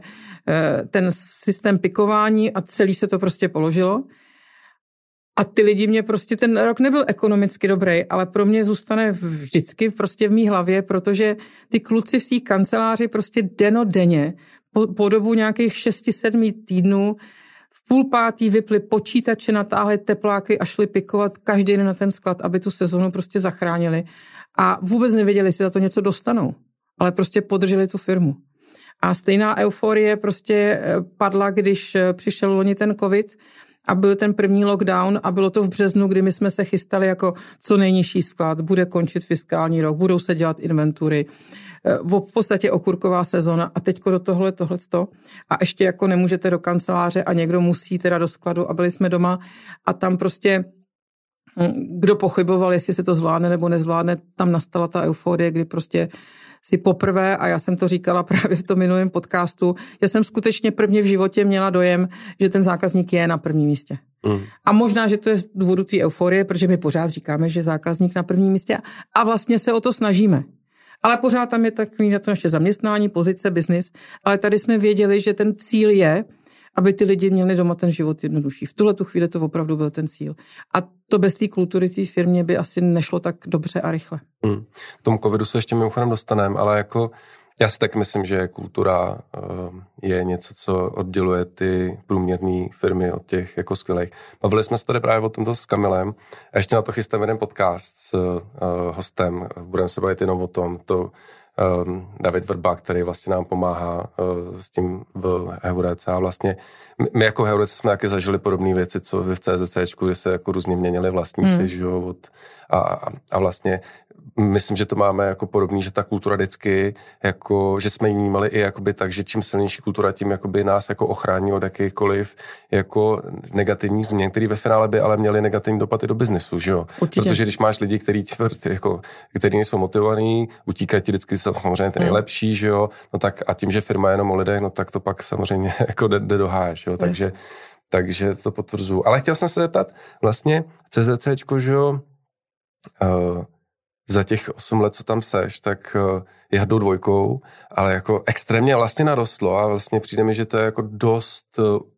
ten systém pikování a celý se to prostě položilo. A ty lidi mě prostě, ten rok nebyl ekonomicky dobrý, ale pro mě zůstane vždycky prostě v mý hlavě, protože ty kluci v té kanceláři prostě denodenně po, po dobu nějakých šesti, sedmi týdnů v půl pátý vypli počítače, natáhli tepláky a šli pikovat každý den na ten sklad, aby tu sezonu prostě zachránili. A vůbec nevěděli, jestli za to něco dostanou, ale prostě podrželi tu firmu. A stejná euforie prostě padla, když přišel loni ten covid, a byl ten první lockdown a bylo to v březnu, kdy my jsme se chystali jako co nejnižší sklad, bude končit fiskální rok, budou se dělat inventury, v podstatě okurková sezona a teďko do tohle, tohleto a ještě jako nemůžete do kanceláře a někdo musí teda do skladu a byli jsme doma a tam prostě kdo pochyboval, jestli se to zvládne nebo nezvládne, tam nastala ta euforie, kdy prostě si poprvé, a já jsem to říkala právě v tom minulém podcastu, já jsem skutečně prvně v životě měla dojem, že ten zákazník je na prvním místě. Mm. A možná, že to je z důvodu té euforie, protože my pořád říkáme, že zákazník na prvním místě a vlastně se o to snažíme. Ale pořád tam je takový na to naše zaměstnání, pozice, biznis, ale tady jsme věděli, že ten cíl je, aby ty lidi měli doma ten život jednodušší. V tuhle tu chvíli to opravdu byl ten cíl. A to bez té kultury té firmě by asi nešlo tak dobře a rychle. Hmm. K tomu covidu se ještě mimochodem dostaneme, ale jako Já si tak myslím, že kultura je něco, co odděluje ty průměrné firmy od těch jako skvělých. Bavili jsme se tady právě o tomto s Kamilem a ještě na to chystám jeden podcast s uh, hostem. Budeme se bavit jenom o tom. To um, David Vrba, který vlastně nám pomáhá uh, s tím v Heurece. A vlastně my jako Heurece jsme taky zažili podobné věci, co vy v CZCčku, kde se jako různě měnili vlastníci, hmm. že jo, od, a, a vlastně myslím, že to máme jako podobný, že ta kultura vždycky, jako, že jsme ji vnímali i jakoby tak, že čím silnější kultura, tím jakoby nás jako ochrání od jakýchkoliv jako negativní změn, který ve finále by ale měly negativní dopady do biznesu, že jo? Určitě. Protože když máš lidi, který, jako, který nejsou motivovaní, utíkají ti vždycky samozřejmě ty nejlepší, že jo? No tak a tím, že firma je jenom o lidech, no tak to pak samozřejmě jako jde, jde do háje, že jo? Takže, takže to potvrzuju. Ale chtěl jsem se zeptat, vlastně CZCčko, že jo, uh, za těch osm let, co tam seš, tak je hrdou dvojkou, ale jako extrémně vlastně narostlo a vlastně přijde mi, že to je jako dost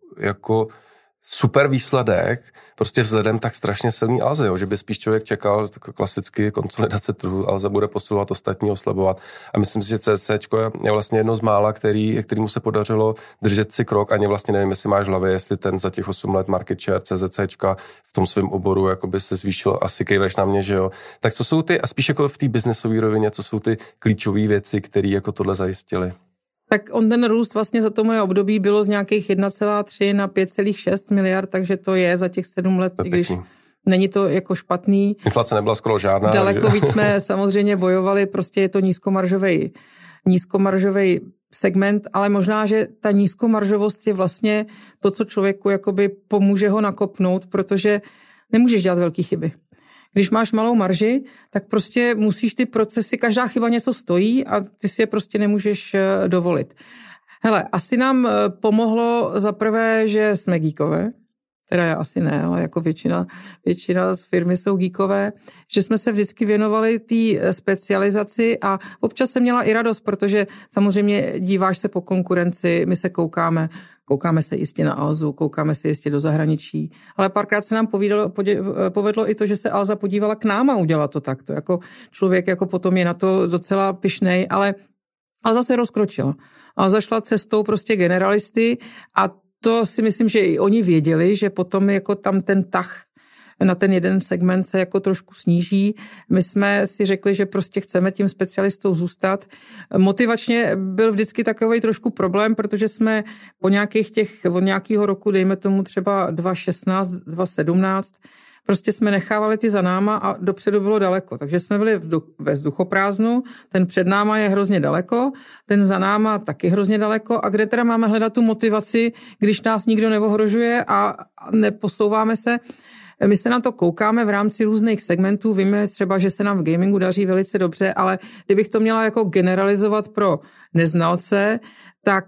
jako super výsledek, prostě vzhledem tak strašně silný Alze, jo, že by spíš člověk čekal klasicky konsolidace trhu, Alza bude posilovat ostatní, oslabovat. A myslím si, že CZCčko je, je vlastně jedno z mála, který, kterému se podařilo držet si krok, ani vlastně nevím, jestli máš v hlavě, jestli ten za těch osm let market share CZCčka v tom svém oboru jakoby se zvýšil, asi kejveš na mě, že jo. Tak co jsou ty, a spíš jako v té biznesové rovině, co jsou ty klíčové věci, které jako tohle zajistily? Tak on ten růst vlastně za to moje období bylo z nějakých jedna celá tři na pět celá šest miliard, takže to je za těch sedm let, i když není to jako špatný. Inflace nebyla skoro žádná. Daleko takže... víc jsme samozřejmě bojovali, prostě je to nízkomaržovej, nízkomaržovej segment, ale možná, že ta nízkomaržovost je vlastně to, co člověku jakoby pomůže ho nakopnout, protože nemůžeš dělat velký chyby. Když máš malou marži, tak prostě musíš ty procesy, každá chyba něco stojí a ty si je prostě nemůžeš dovolit. Hele, asi nám pomohlo za prvé, že jsme geekové, teda já asi ne, ale jako většina, většina z firmy jsou geekové, že jsme se vždycky věnovali té specializaci a občas jsem měla i radost, protože samozřejmě díváš se po konkurenci, my se koukáme, Koukáme se jistě na Alzu, koukáme se jistě do zahraničí, ale párkrát se nám povídalo, povedlo i to, že se Alza podívala k nám a udělala to takto. Jako člověk jako potom je na to docela pyšnej, ale Alza se rozkročila. Alza šla cestou prostě generalisty a to si myslím, že i oni věděli, že potom jako tam ten tah na ten jeden segment se jako trošku sníží. My jsme si řekli, že prostě chceme tím specialistou zůstat. Motivačně byl vždycky takový trošku problém, protože jsme po nějakých těch, od nějakého roku, dejme tomu třeba dva tisíce šestnáct, dva tisíce sedmnáct, prostě jsme nechávali ty za náma a dopředu bylo daleko. Takže jsme byli ve vzduchoprázdnu, ten před náma je hrozně daleko, ten za náma taky hrozně daleko a kde teda máme hledat tu motivaci, když nás nikdo neohrožuje a neposouváme se. My se na to koukáme v rámci různých segmentů, víme třeba, že se nám v gamingu daří velice dobře, ale kdybych to měla jako generalizovat pro neznalce, tak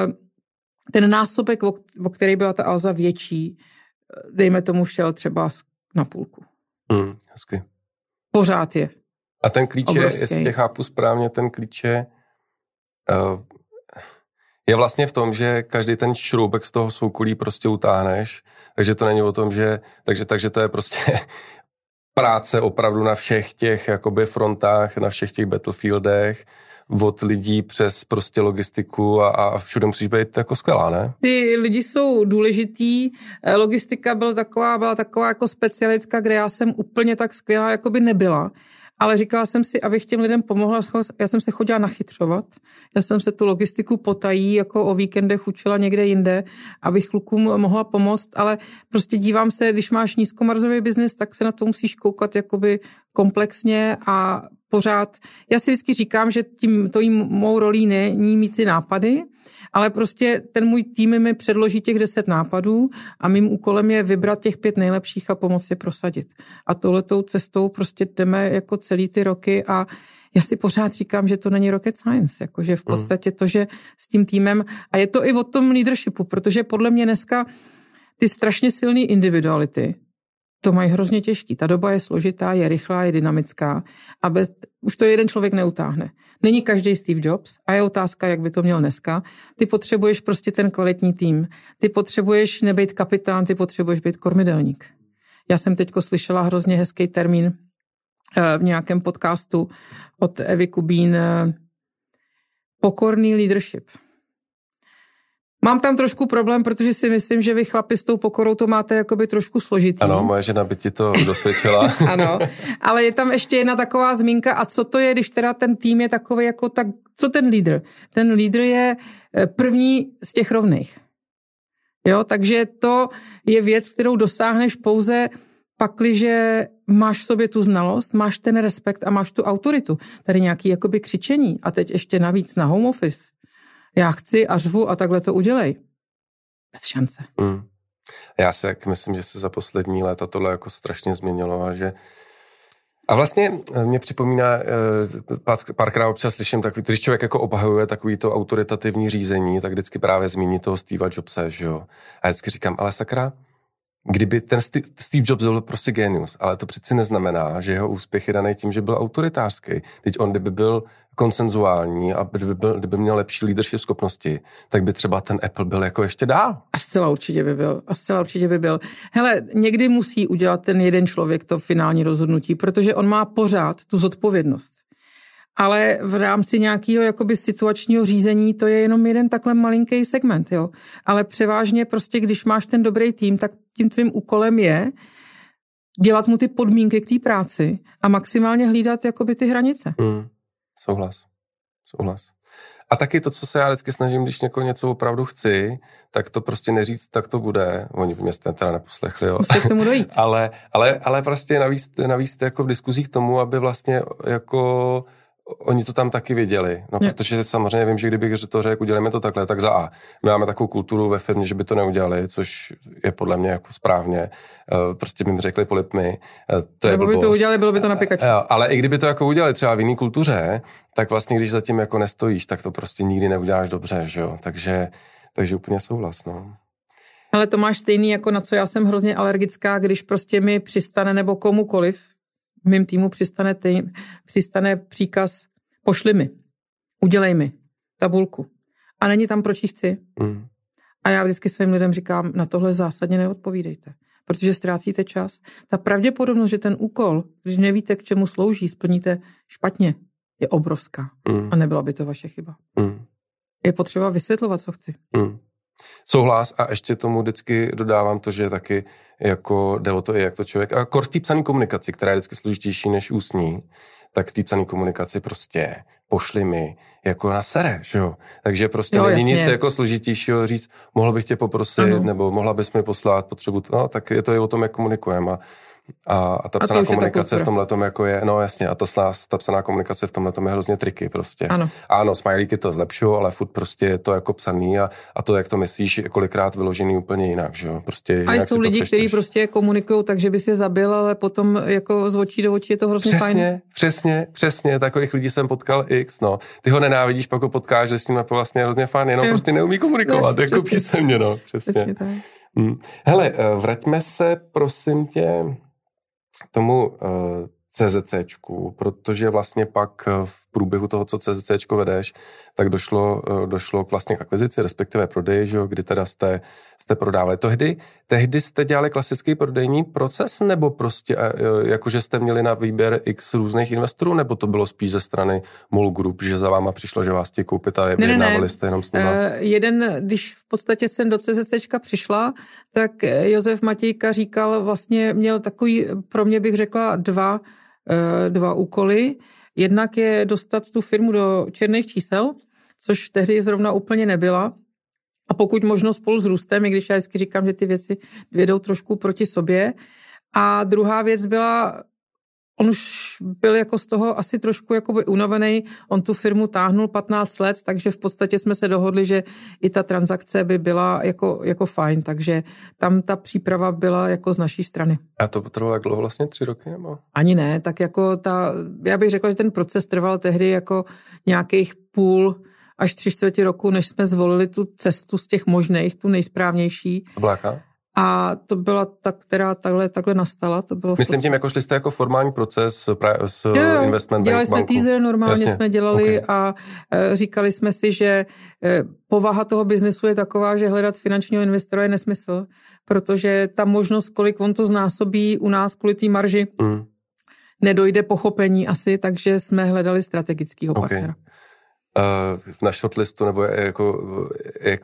ten násobek, o který byla ta Alza větší, dejme tomu šel třeba na půlku. Hmm, hezky. Pořád je. A ten klíč je, jestli tě chápu správně, ten klíč je, uh, je vlastně v tom, že každý ten šroubek z toho soukolí prostě utáhneš, takže to není o tom, že, takže, takže to je prostě práce opravdu na všech těch jakoby frontách, na všech těch battlefieldech, od lidí přes prostě logistiku a, a všude musíš být jako skvělá, ne? Ty lidi jsou důležitý, logistika byla taková, byla taková jako specialitka, kde já jsem úplně tak skvělá jako by nebyla. Ale říkala jsem si, abych těm lidem pomohla, já jsem se chodila nachytřovat, já jsem se tu logistiku potají, jako o víkendech učila někde jinde, abych klukům mohla pomoct, ale prostě dívám se, když máš nízkomarzový biznis, tak se na to musíš koukat jakoby komplexně a pořád. Já si vždycky říkám, že tím, to jim mou rolí není mít ty nápady, ale prostě ten můj tým mi předloží těch deset nápadů a mým úkolem je vybrat těch pět nejlepších a pomoct je prosadit. A touhletou cestou prostě jdeme jako celý ty roky a já si pořád říkám, že to není rocket science, jakože v podstatě to, že s tím týmem, a je to i o tom leadershipu, protože podle mě dneska ty strašně silné individuality, to mají hrozně těžký. Ta doba je složitá, je rychlá, je dynamická a bez, už to jeden člověk neutáhne. Není každý Steve Jobs a je otázka, jak by to měl dneska. Ty potřebuješ prostě ten kvalitní tým. Ty potřebuješ nebejt kapitán, ty potřebuješ být kormidelník. Já jsem teďko slyšela hrozně hezký termín v nějakém podcastu od Evy Kubín. pokorný leadership. Mám tam trošku problém, protože si myslím, že vy chlapi s tou pokorou to máte jakoby trošku složitý. Ano, moje žena by ti to dosvědčila. Ano, ale je tam ještě jedna taková zmínka, a co to je, když teda ten tým je takový jako tak, co ten lídr? Ten lídr je první z těch rovných. Jo, takže to je věc, kterou dosáhneš pouze pakliže máš v sobě tu znalost, máš ten respekt a máš tu autoritu. Tady nějaký jakoby křičení a teď ještě navíc na home office. Já chci a řvu a takhle to udělej. Bez šance. Mm. Já si jak myslím, že se za poslední léta tohle jako strašně změnilo a že a vlastně mě připomíná, párkrát občas slyším takový, když člověk jako obhajuje takový to autoritativní řízení, tak vždycky právě zmíní toho Steva Jobse, že jo. A vždycky říkám, ale sakra, kdyby ten Steve Jobs byl prostě genius, ale to přeci neznamená, že jeho úspěch je daný tím, že byl autoritářský. Teď on, kdyby byl konsenzuální a kdyby, byl, kdyby měl lepší leadership schopnosti, tak by třeba ten Apple byl jako ještě dál. A zcela určitě by byl. A zcela určitě by byl. Hele, někdy musí udělat ten jeden člověk to finální rozhodnutí, protože on má pořád tu zodpovědnost. Ale v rámci nějakého jakoby situačního řízení to je jenom jeden takhle malinký segment, jo. Ale převážně prostě, když máš ten dobrý tým, tak tím tvým úkolem je dělat mu ty podmínky k té práci a maximálně hlídat jakoby ty hranice. Mm, souhlas. Souhlas. A taky to, co se já vždycky snažím, když někoho něco opravdu chci, tak to prostě neříct, tak to bude. Oni v mě teda neposlechli, jo. Musí k tomu dojít. ale, ale, ale prostě navíc, navíc jako v diskuzích k tomu, aby vlastně jako oni to tam taky viděli, no, protože samozřejmě vím, že kdybych to řekl, uděláme to takhle, tak za A. My máme takovou kulturu ve firmě, že by to neudělali, což je podle mě jako správně. Prostě by mi řekli polipmi, to je Nebo blbost. by to udělali, bylo by to na pikačku. Ale i kdyby to jako udělali třeba v jiný kultuře, tak vlastně, když zatím jako nestojíš, tak to prostě nikdy neuděláš dobře, že jo. Takže, takže úplně souhlas, no. Ale to máš stejný, jako na co já jsem hrozně alergická, když prostě mi přistane nebo komukoliv, v mým týmu přistane, tým, přistane příkaz, pošli mi, udělej mi tabulku. A není tam, proč ji chci. Mm. A já vždycky svým lidem říkám, na tohle zásadně neodpovídejte, protože ztrácíte čas. Ta pravděpodobnost, že ten úkol, když nevíte, k čemu slouží, splníte špatně, je obrovská. Mm. A nebyla by to vaše chyba. Mm. Je potřeba vysvětlovat, co chci. Mm. Souhlas a ještě tomu vždycky dodávám to, že taky jako jde o to, jak to člověk, a kor v té psané komunikaci, která je vždycky složitější než ústní, tak v té psané komunikaci prostě pošli mi jako na sere, že jo. Takže prostě jo, není nic jako složitějšího říct, mohl bych tě poprosit, ano. Nebo mohla bys mi poslat potřebu, no tak je to i o tom, jak komunikujeme a A, a ta psaná a komunikace v tomhletom jako je, no jasně, a ta, ta psaná komunikace v tomhletom je hrozně triky prostě. Ano. Ano, smajlíky to zlepšují, ale furt prostě je to jako psaný a, a to, jak to myslíš, je kolikrát vyložený úplně jinak, že jo. Prostě a jsou lidi, kteří prostě komunikují tak, že bys je zabil, ale potom jako z očí do očí je to hrozně přesně, fajn. Přesně, přesně, takových lidí jsem potkal x, no. Ty ho nenávidíš, pak ho potkáš, že s ním vlastně hrozně fajn, jenom jo. Prostě neumí komunikovat, no, jako písemně, no, přesně. přesně tak. Hmm. Hele, vraťme se, prosím tě, tomu uh, CZCčku, protože vlastně pak v průběhu toho, co CZCčko vedeš, tak došlo, uh, došlo k vlastně k akvizici, respektive prodeji, že, kdy teda jste, jste prodávali. Tehdy, tehdy jste dělali klasický prodejní proces, nebo prostě uh, jakože jste měli na výběr x různých investorů, nebo to bylo spíš ze strany MOL Group, že za váma přišlo, že vás chtějí koupit a vyjednávali jste jenom s nima? Uh, jeden, když v podstatě jsem do CZCčka přišla, tak Josef Matějka říkal, vlastně měl takový, pro mě bych řekla, dva, uh, dva úkoly. Jednak je dostat tu firmu do černých čísel, což tehdy zrovna úplně nebyla. A pokud možno spolu s růstem, i když já vždycky říkám, že ty věci vědou trošku proti sobě. A druhá věc byla, on už byl jako z toho asi trošku jakoby unavený, on tu firmu táhnul patnáct let, takže v podstatě jsme se dohodli, že i ta transakce by byla jako, jako fajn, takže tam ta příprava byla jako z naší strany. A to potrvalo jak dlouho, vlastně tři roky nebo? Ani ne, tak jako ta, já bych řekla, že ten proces trval tehdy jako nějakých půl až tři čtvrtě roku, než jsme zvolili tu cestu z těch možných, tu nejsprávnější. To byla jaká? A to byla ta, která takhle, takhle nastala. To bylo Myslím tím, jako šli jste jako formální proces s jo, investment dělali jsme banku. teaser, normálně Jasně. jsme dělali okay. a e, říkali jsme si, že e, povaha toho biznesu je taková, že hledat finančního investora je nesmysl, protože ta možnost, kolik on to znásobí u nás kvůli té marži, mm. nedojde pochopení asi, takže jsme hledali strategického okay. partnera. na shortlistu, nebo jako, jak,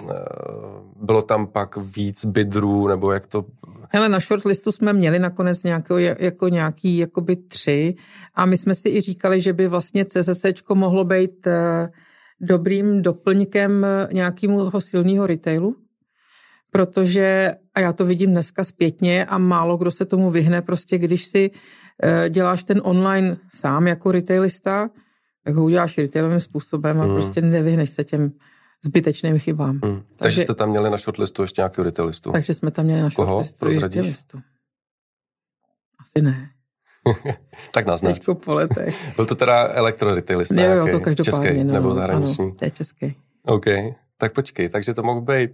bylo tam pak víc bidrů, nebo jak to... Hele, na shortlistu jsme měli nakonec nějakou, jako nějaký jakoby tři a my jsme si i říkali, že by vlastně CZCčko mohlo být dobrým doplňkem nějakému silného retailu, protože, a já to vidím dneska zpětně a málo kdo se tomu vyhne, prostě když si děláš ten online sám jako retailista, tak ho uděláš retailovým způsobem a hmm. prostě nevyhneš se těm zbytečným chybám. Hmm. Takže, takže jste tam měli na shortlistu ještě nějakého retailistu? Takže jsme tam měli na shortlistu retailistu. Asi ne. Tak naznač. Teďko po letech. Byl to teda elektro-retailista? Jo, jo, to každopádně. Český no, nebo zahraniční? Ano, to je český. OK. Tak počkej, takže to mohl být.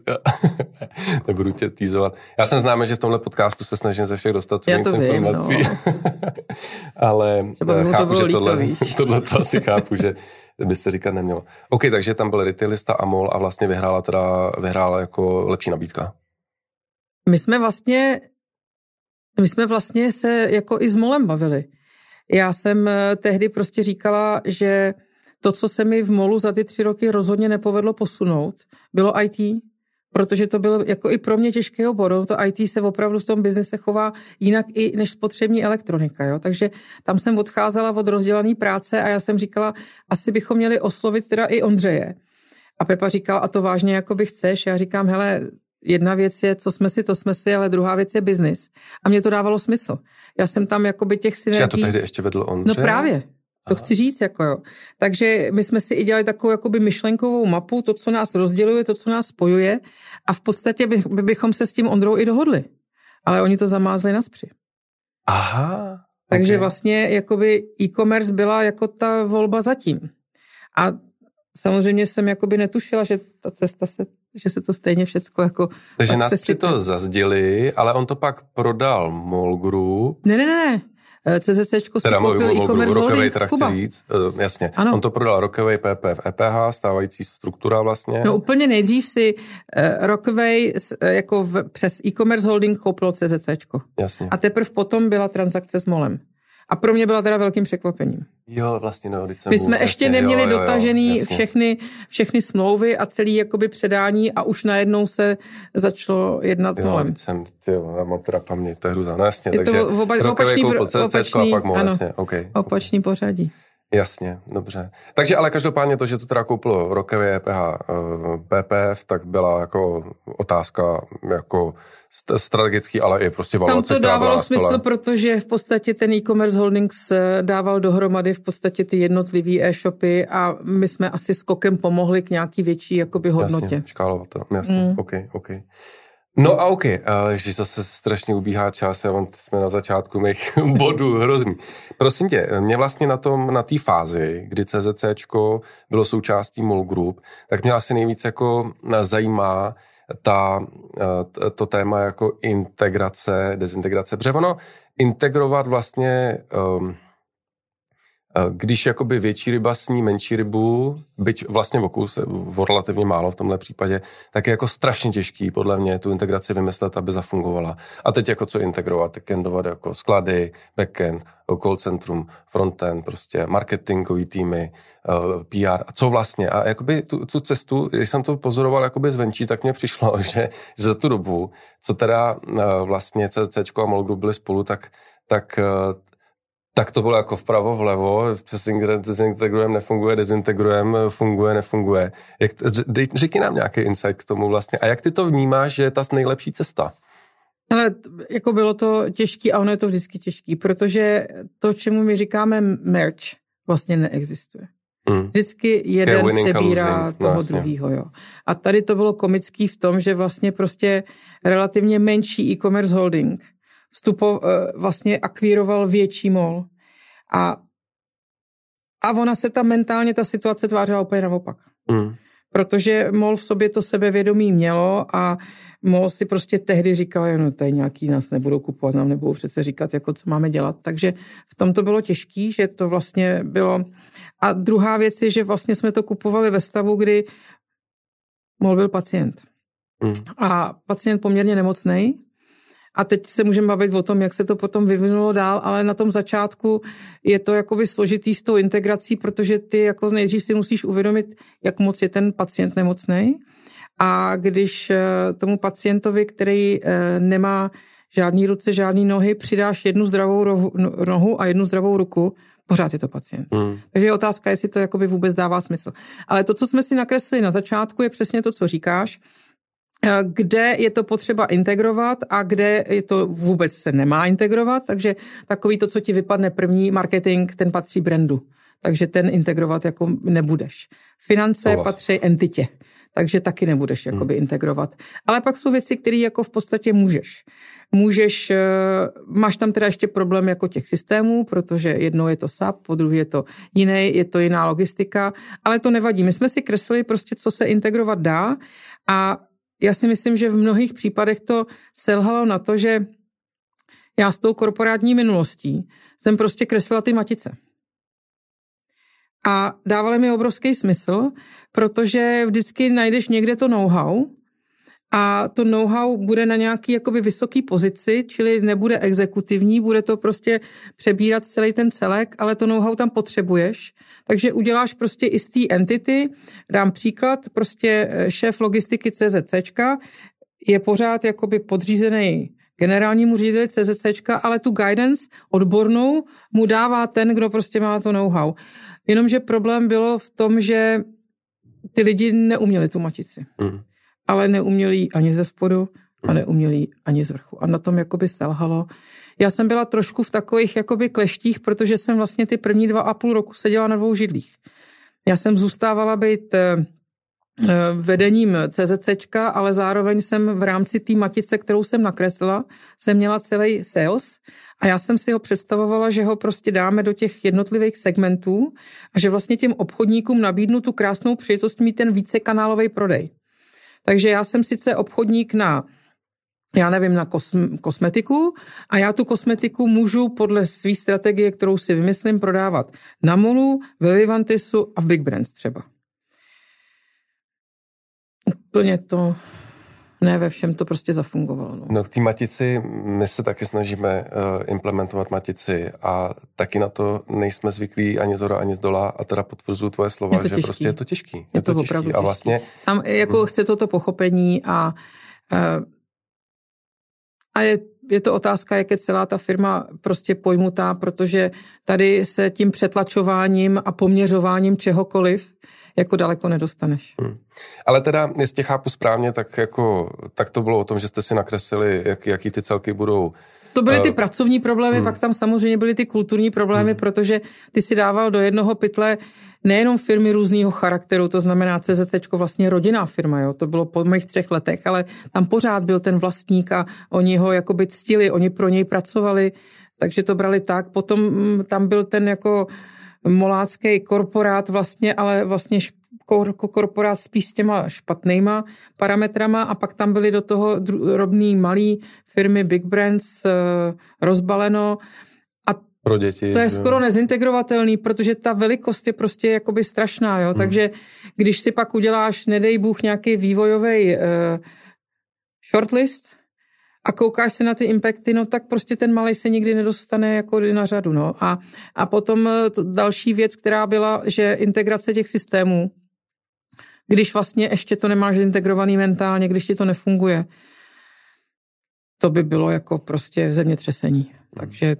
Nebudu tě týzovat. Já jsem známý, že v tomhle podcastu se snažím ze všech dostat co nejvíc informací. No. Ale chápu, že tohle, tohle to asi chápu, že by se říkat nemělo. OK, takže tam byl retailista a MOL a vlastně vyhrála teda, vyhrála jako lepší nabídka. My jsme vlastně, my jsme vlastně se jako i s MOLem bavili. Já jsem tehdy prostě říkala, že to, co se mi v MOLu za ty tři roky rozhodně nepovedlo posunout, bylo í té, protože to bylo jako i pro mě těžký obor. To í té se opravdu v tom biznise chová jinak i než spotřební elektronika. Jo? Takže tam jsem odcházela od rozdělané práce a já jsem říkala, asi bychom měli oslovit teda i Ondřeje. A Pepa říkala, a to vážně jako by chceš? Já říkám, hele, jedna věc je, co jsme si, to jsme si, ale druhá věc je biznis. A mně to dávalo smysl. Já jsem tam jakoby těch synergií... Já to tehdy ještě vedl Ondřej? No právě. To chci říct, jako jo. Takže my jsme si i dělali takovou jakoby myšlenkovou mapu, to, co nás rozděluje, to, co nás spojuje a v podstatě by, by, bychom se s tím Ondrou i dohodli. Ale oni to zamázli na spři. Aha. Takže okay. vlastně jakoby e-commerce byla jako ta volba zatím. A samozřejmě jsem jakoby netušila, že ta cesta se, že se to stejně všecko jako... Takže nás si to zazděli, ale on to pak prodal MOL Group. Ne, ne, ne, ne. CZCčko si koupil e-commerce holding Kuba. Říct, uh, jasně. Ano. On to prodal Rockaway P P v E P H, stávající struktura vlastně. No úplně nejdřív si uh, Rockaway uh, jako v, přes e-commerce holding koupil CZCčko. Jasně. A teprve potom byla transakce s MOLem. A pro mě byla teda velkým překvapením. Jo, vlastně no. My jsme jasně, ještě neměli jo, jo, dotažený jo, všechny, všechny smlouvy a celý jakoby předání a už najednou se začalo jednat jo, s MOLem. Jsem, tyjo, já mám teda paměť, to je hruza. No jasně, je takže to oba, opačný, opačný, a pak MOL, ano, jasně, okay, opačný okay. pořadí. Jasně, dobře. Takže ale každopádně to, že to teda koupilo Rockaway E P H P P F, tak byla jako otázka jako strategický, ale i prostě valuace. Tam to dávalo smysl, protože v podstatě ten e-commerce holdings dával dohromady v podstatě ty jednotlivý e-shopy a my jsme asi skokem pomohli k nějaký větší jakoby hodnotě. Jasně, škálovat to, jasně, mm. ok, ok. No a ok, že zase strašně ubíhá čas, já vám, jsme na začátku mých bodů hrozný. Prosím tě, mě vlastně na tom, na té fázi, kdy CZCčko bylo součástí MOL Group, tak mě asi nejvíc jako zajímá ta, to téma jako integrace, dezintegrace, protože ono integrovat vlastně... Um, Když jakoby větší ryba sní menší rybu, byť vlastně vokus, o relativně málo v tomhle případě, tak je jako strašně těžký podle mě tu integraci vymyslet, aby zafungovala. A teď jako co integrovat, backendovat jako sklady, backend, call centrum, frontend, prostě marketingový týmy, P R, a co vlastně. A jakoby tu, tu cestu, když jsem to pozoroval jakoby zvenčí, tak mně přišlo, že, že za tu dobu, co teda vlastně CZCčko a MOL Group byli spolu, tak, tak tak to bylo jako vpravo, vlevo, dezintegrujeme, nefunguje, dezintegrujeme, funguje, nefunguje. Jak, dej, řekni nám nějaký insight k tomu vlastně. A jak ty to vnímáš, že je ta nejlepší cesta? Ale jako bylo to těžký a ono je to vždycky těžký, protože to, čemu my říkáme merge, vlastně neexistuje. Hmm. Vždycky jeden přebírá toho no, druhýho. Jo. A tady to bylo komický v tom, že vlastně prostě relativně menší e-commerce holding vstupo, vlastně akvíroval větší MOL. A, a ona se tam mentálně, ta situace tvářila úplně naopak. Mm. Protože MOL v sobě to sebevědomí mělo a MOL si prostě tehdy říkal, no tady nějaký nás nebudou kupovat, nám nebudou přece říkat, jako co máme dělat. Takže v tom to bylo těžký, že to vlastně bylo... A druhá věc je, že vlastně jsme to kupovali ve stavu, kdy MOL byl pacient. Mm. A pacient poměrně nemocnej. A teď se můžeme bavit o tom, jak se to potom vyvinulo dál, ale na tom začátku je to jakoby složitý s tou integrací, protože ty jako nejdřív si musíš uvědomit, jak moc je ten pacient nemocnej. A když tomu pacientovi, který nemá žádný ruce, žádný nohy, přidáš jednu zdravou nohu a jednu zdravou ruku, pořád je to pacient. Mm. Takže je otázka, jestli to jakoby vůbec dává smysl. Ale to, co jsme si nakreslili na začátku, je přesně to, co říkáš, kde je to potřeba integrovat a kde je to vůbec se nemá integrovat, takže takový to, co ti vypadne první, marketing, ten patří brandu, takže ten integrovat jako nebudeš. Finance patří entitě, takže taky nebudeš jakoby hmm. integrovat. Ale pak jsou věci, které jako v podstatě můžeš. Můžeš, máš tam teda ještě problém jako těch systémů, protože jednou je to S A P, po druhé je to jiný, je to jiná logistika, ale to nevadí. My jsme si kreslili prostě, co se integrovat dá a já si myslím, že v mnohých případech to selhalo na to, že já s tou korporátní minulostí jsem prostě kreslila ty matice. A dávaly mi obrovský smysl, protože vždycky najdeš někde to know-how a to know-how bude na nějaký jakoby vysoký pozici, čili nebude exekutivní, bude to prostě přebírat celý ten celek, ale to know-how tam potřebuješ. Takže uděláš prostě i z té entity, dám příklad, prostě šéf logistiky CZCčka je pořád jakoby podřízený generálnímu řediteli CZCčka, ale tu guidance odbornou mu dává ten, kdo prostě má to know-how. Jenomže problém bylo v tom, že ty lidi neuměli tu matici. Mm. Ale neuměli ani ze spodu a neuměli ani z vrchu. A na tom jakoby selhalo. Já jsem byla trošku v takových jakoby kleštích, protože jsem vlastně ty první dva a půl roku seděla na dvou židlích. Já jsem zůstávala být vedením CZCčka, ale zároveň jsem v rámci té matice, kterou jsem nakreslila, jsem měla celý sales a já jsem si ho představovala, že ho prostě dáme do těch jednotlivých segmentů a že vlastně těm obchodníkům nabídnu tu krásnou příležitost mít ten vícekanálový prodej. Takže já jsem sice obchodník na, já nevím, na kosm- kosmetiku a já tu kosmetiku můžu podle své strategie, kterou si vymyslím, prodávat na Molu, ve Vivantisu a v Big Brands třeba. Úplně to, ne ve všem to prostě zafungovalo. No, no k té matici, my se taky snažíme uh, implementovat matici a taky na to nejsme zvyklí ani zhora, ani z dola a teda potvrzuju tvoje slova, že těžký. Prostě je to těžký. Je, je to, to opravdu těžký. těžký. A vlastně... Tam jako chce toto pochopení a, uh, a je, je to otázka, jak je celá ta firma prostě pojmutá, protože tady se tím přetlačováním a poměřováním čehokoliv jako daleko nedostaneš. Hmm. Ale teda, jestli chápu správně, tak jako tak to bylo o tom, že jste si nakreslili, jak, jaký ty celky budou. To byly ty uh, pracovní problémy, hmm. pak tam samozřejmě byly ty kulturní problémy, hmm. protože ty si dával do jednoho pytle nejenom firmy různýho charakteru, to znamená CZCčko vlastně rodinná firma, jo, to bylo po mých třech letech, ale tam pořád byl ten vlastník a oni ho jakoby ctili, oni pro něj pracovali, takže to brali tak. Potom tam byl ten jako molácký korporát vlastně, ale vlastně korporát spíš s těma špatnýma parametrama a pak tam byly do toho drobný malý firmy Big Brands rozbaleno a pro děti, to je skoro nezintegrovatelný, protože ta velikost je prostě jakoby strašná, jo, hmm. takže když si pak uděláš, nedej Bůh, nějaký vývojový uh, shortlist a koukáš se na ty impacty, no tak prostě ten malej se nikdy nedostane jako na řadu, no. A, a potom další věc, která byla, že integrace těch systémů, když vlastně ještě to nemáš integrovaný mentálně, když ti to nefunguje, to by bylo jako prostě zemětřesení. Takže...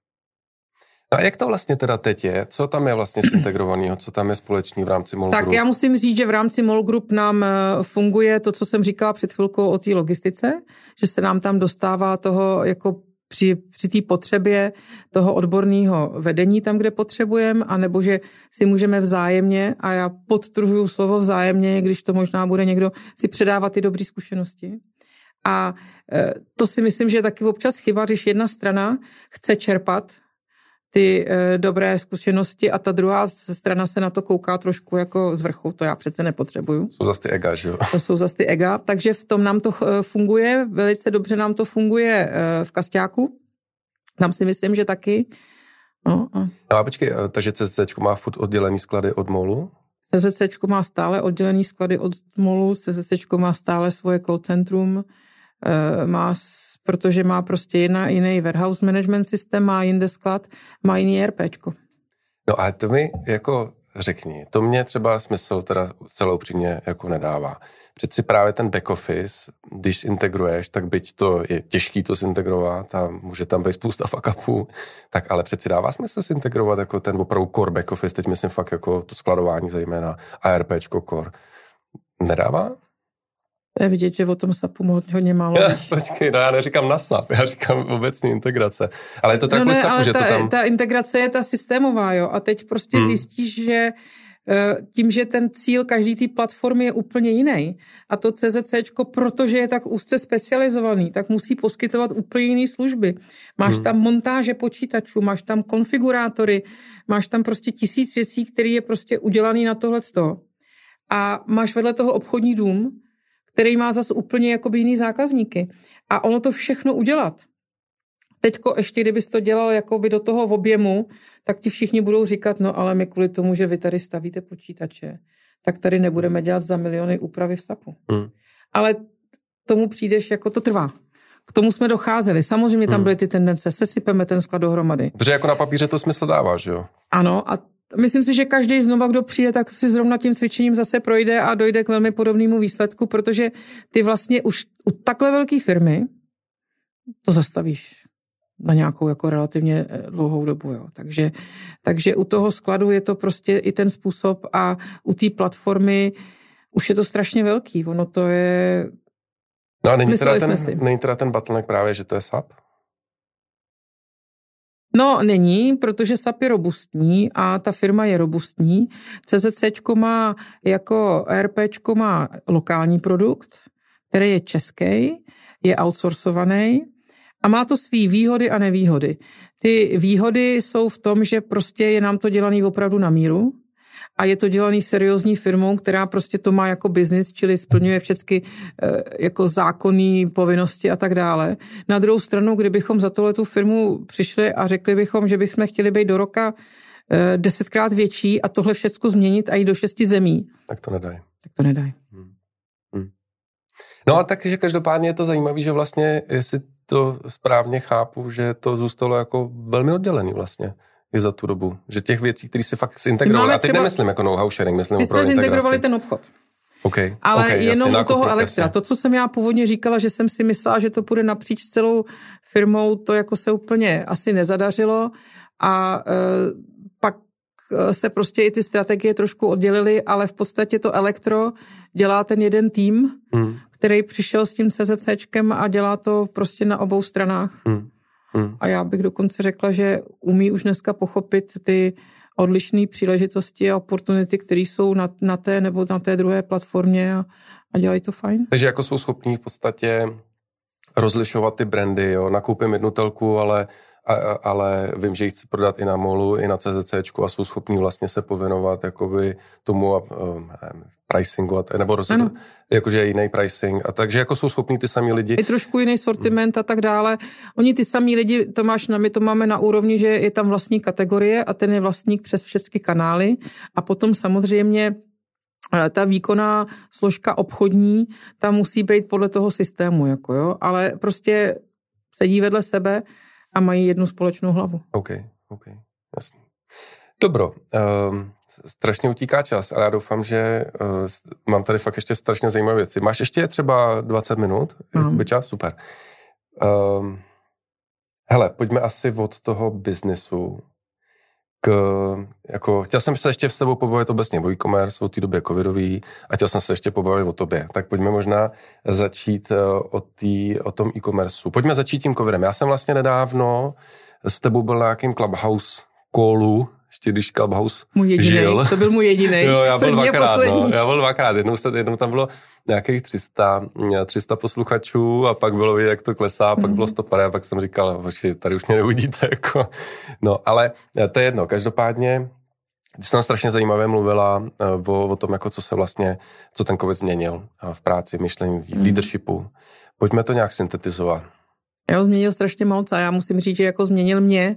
A jak to vlastně teda teď je? Co tam je vlastně zintegrovaného? Co tam je společný v rámci MOL Group? Tak já musím říct, že v rámci MOL Group nám funguje to, co jsem říkala před chvilkou o té logistice, že se nám tam dostává toho jako při, při té potřebě toho odborného vedení tam, kde potřebujeme, anebo že si můžeme vzájemně, a já podtrhuju slovo vzájemně, když to možná bude někdo si předávat ty dobré zkušenosti. A to si myslím, že je taky občas chyba, když jedna strana chce čerpat ty e, dobré zkušenosti a ta druhá strana se na to kouká trošku jako z vrchu, to já přece nepotřebuju. Jsou zase ty ega, že jo? To jsou zase ty ega, takže v tom nám to funguje, velice dobře nám to funguje e, v Kasťáku, tam si myslím, že taky. No a, no a počkej, takže CZCčko má furt oddělený sklady od MOLu? CZCčko má stále oddělený sklady od MOLu, CZCčko má stále svoje call centrum, e, má protože má prostě jiná, jiný warehouse management systém, má jinde sklad, má jiný RPčko. No a to mi jako řekni, to mě třeba smysl teda celou upřímně jako nedává. Přeci právě ten back office, když integruješ, tak byť to je těžký to zintegrovat a může tam být spousta fuck upů, tak ale přeci dává smysl zintegrovat jako ten opravdu core back office, teď myslím fakt jako to skladování zejména a RPčko core. Nedává? Je vidět, že o tom sapu hodně málo. Počkej, no já neříkám na sap, já říkám obecně integrace. Ale je to takové no ne, sapu, ale že ta, to tam... ta integrace je ta systémová, jo, a teď prostě hmm. zjistíš, že tím, že ten cíl každý té platformy je úplně jiný a to CZCčko, protože je tak úzce specializovaný, tak musí poskytovat úplně jiné služby. Máš hmm. tam montáže počítačů, máš tam konfigurátory, máš tam prostě tisíc věcí, které je prostě udělaný na tohleto. A máš vedle toho obchodní dům, který má zase úplně jakoby jiný zákazníky. A ono to všechno udělat. Teďko ještě, kdybys to dělal jakoby do toho v objemu, tak ti všichni budou říkat, no ale my kvůli tomu, že vy tady stavíte počítače, tak tady nebudeme dělat za miliony úpravy v sapu. Hmm. Ale tomu přijdeš, jako to trvá. K tomu jsme docházeli. Samozřejmě tam byly ty tendence, sesypeme ten sklad dohromady. Protože jako na papíře to smysl dává, že jo? Ano, a myslím si, že každý znova, kdo přijde, tak si zrovna tím cvičením zase projde a dojde k velmi podobnému výsledku, protože ty vlastně už u takhle velké firmy to zastavíš na nějakou jako relativně dlouhou dobu. Jo. Takže, takže u toho skladu je to prostě i ten způsob a u té platformy už je to strašně velký. Ono to je... No a není teda, ten, není teda ten bottleneck právě, že to je sap? No, není, protože sap je robustní a ta firma je robustní. CZCčko má jako RPčko má lokální produkt, který je český, je outsourcovaný a má to svý výhody a nevýhody. Ty výhody jsou v tom, že prostě je nám to dělaný opravdu na míru a je to dělaný seriózní firmou, která prostě to má jako biznis, čili splňuje všechny jako zákonné povinnosti a tak dále. Na druhou stranu, kdybychom za tohletu firmu přišli a řekli bychom, že bychom chtěli být do roka desetkrát větší a tohle všechno změnit a jít do šesti zemí. Tak to nedají. Tak to nedají. Hmm. Hmm. No a takže každopádně je to zajímavé, že vlastně, jestli to správně chápu, že to zůstalo jako velmi oddělený vlastně i za tu dobu. Že těch věcí, které si fakt zintegrovali, a teď třeba... nemyslím jako know-how sharing, myslím My jsme zintegrovali ten obchod. Okay, ale okay, jenom jasně, u toho Elektra. To, co jsem já původně říkala, že jsem si myslela, že to půjde napříč celou firmou, to jako se úplně asi nezadařilo a e, pak se prostě i ty strategie trošku oddělily, ale v podstatě to Elektro dělá ten jeden tým, hmm. který přišel s tím CZCčkem a dělá to prostě na obou stranách. Hmm. Hmm. A já bych dokonce řekla, že umí už dneska pochopit ty odlišné příležitosti a oportunity, které jsou na, na té nebo na té druhé platformě a, a dělají to fajn. Takže jako jsou schopní v podstatě rozlišovat ty brandy, jo, nakoupím jednu telku, ale, a, ale vím, že ji chci prodat i na Molu, i na CZCčku a jsou schopní vlastně se povinovat jakoby tomu um, pricingu, a, nebo roz, jakože jiný pricing. A takže jako jsou schopní ty samý lidi. I trošku jiný sortiment a tak dále. Oni ty samý lidi, to máš, my to máme na úrovni, že je tam vlastní kategorie a ten je vlastník přes všechny kanály a potom samozřejmě ta výkonná složka obchodní, ta musí být podle toho systému, jako jo, ale prostě sedí vedle sebe a mají jednu společnou hlavu. OK, OK, jasně. Dobro, um, strašně utíká čas, ale já doufám, že uh, mám tady fakt ještě strašně zajímavé věci. Máš ještě třeba dvacet minut? Mám. Čas? Super. Um, hele, pojďme asi od toho biznesu k, jako, chtěl jsem se ještě s tebou pobavit obecně o e-commerce, o té době covidový a chtěl jsem se ještě pobavit o tobě. Tak pojďme možná začít o, tý, o tom e-commerceu. Pojďme začít tím covidem. Já jsem vlastně nedávno s tebou byl na nějakým Clubhouse callu, ještě když Clubhouse můj jedinej, žil. To byl můj jedinej. Jo, já byl dvakrát, no. Já byl dvakrát. Jednou, jednou tam bylo nějakých tři sta posluchačů a pak bylo vidět, jak to klesá, mm. pak bylo sto pade a pak jsem říkal, hoši, tady už mě neuvidíte. Jako. No, ale to je jedno. Každopádně, ty jsi tam strašně zajímavě mluvila o, o tom, jako co se vlastně, co ten covid změnil v práci, myšlení, v leadershipu. Pojďme to nějak syntetizovat. Já ho změnil strašně moc a já musím říct, že jako změnil mě,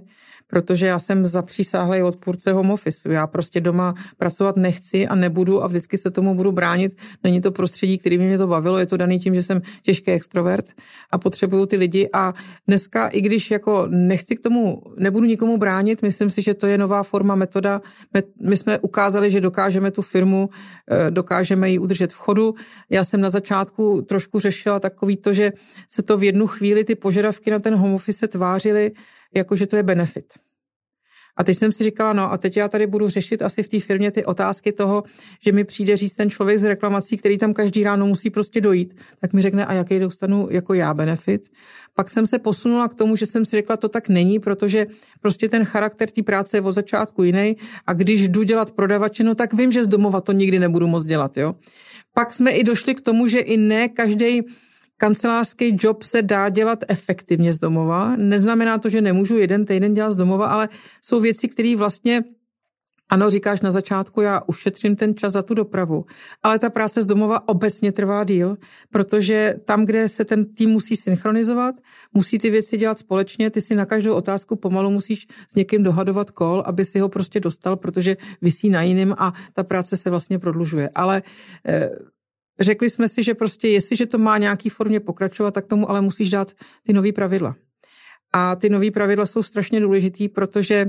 protože já jsem zapřísáhlej odpůrce home office. Já prostě doma pracovat nechci a nebudu a vždycky se tomu budu bránit. Není to prostředí, který mě to bavilo, je to daný tím, že jsem těžký extrovert a potřebuju ty lidi a dneska, i když jako nechci k tomu, nebudu nikomu bránit, myslím si, že to je nová forma, metoda. My jsme ukázali, že dokážeme tu firmu, dokážeme ji udržet v chodu. Já jsem na začátku trošku řešila takový to, že se to v jednu chvíli ty požadavky na ten home office tvářily, jako že to je benefit. A teď jsem si říkala, no a teď já tady budu řešit asi v té firmě ty otázky toho, že mi přijde říct ten člověk z reklamací, který tam každý ráno musí prostě dojít, tak mi řekne, a jaký dostanu jako já benefit. Pak jsem se posunula k tomu, že jsem si řekla, to tak není, protože prostě ten charakter té práce je od začátku jiný a když jdu dělat prodavače, no tak vím, že z domova to nikdy nebudu moc dělat, jo. Pak jsme i došli k tomu, že i ne každý kancelářský job se dá dělat efektivně z domova. Neznamená to, že nemůžu jeden týden dělat z domova, ale jsou věci, které vlastně, ano, říkáš na začátku, já ušetřím ten čas za tu dopravu, ale ta práce z domova obecně trvá díl, protože tam, kde se ten tým musí synchronizovat, musí ty věci dělat společně, ty si na každou otázku pomalu musíš s někým dohadovat call, aby si ho prostě dostal, protože visí na jiným a ta práce se vlastně prodlužuje. Ale eh, řekli jsme si, že prostě jestliže to má nějaký formě pokračovat, tak tomu ale musíš dát ty nový pravidla. A ty nový pravidla jsou strašně důležitý, protože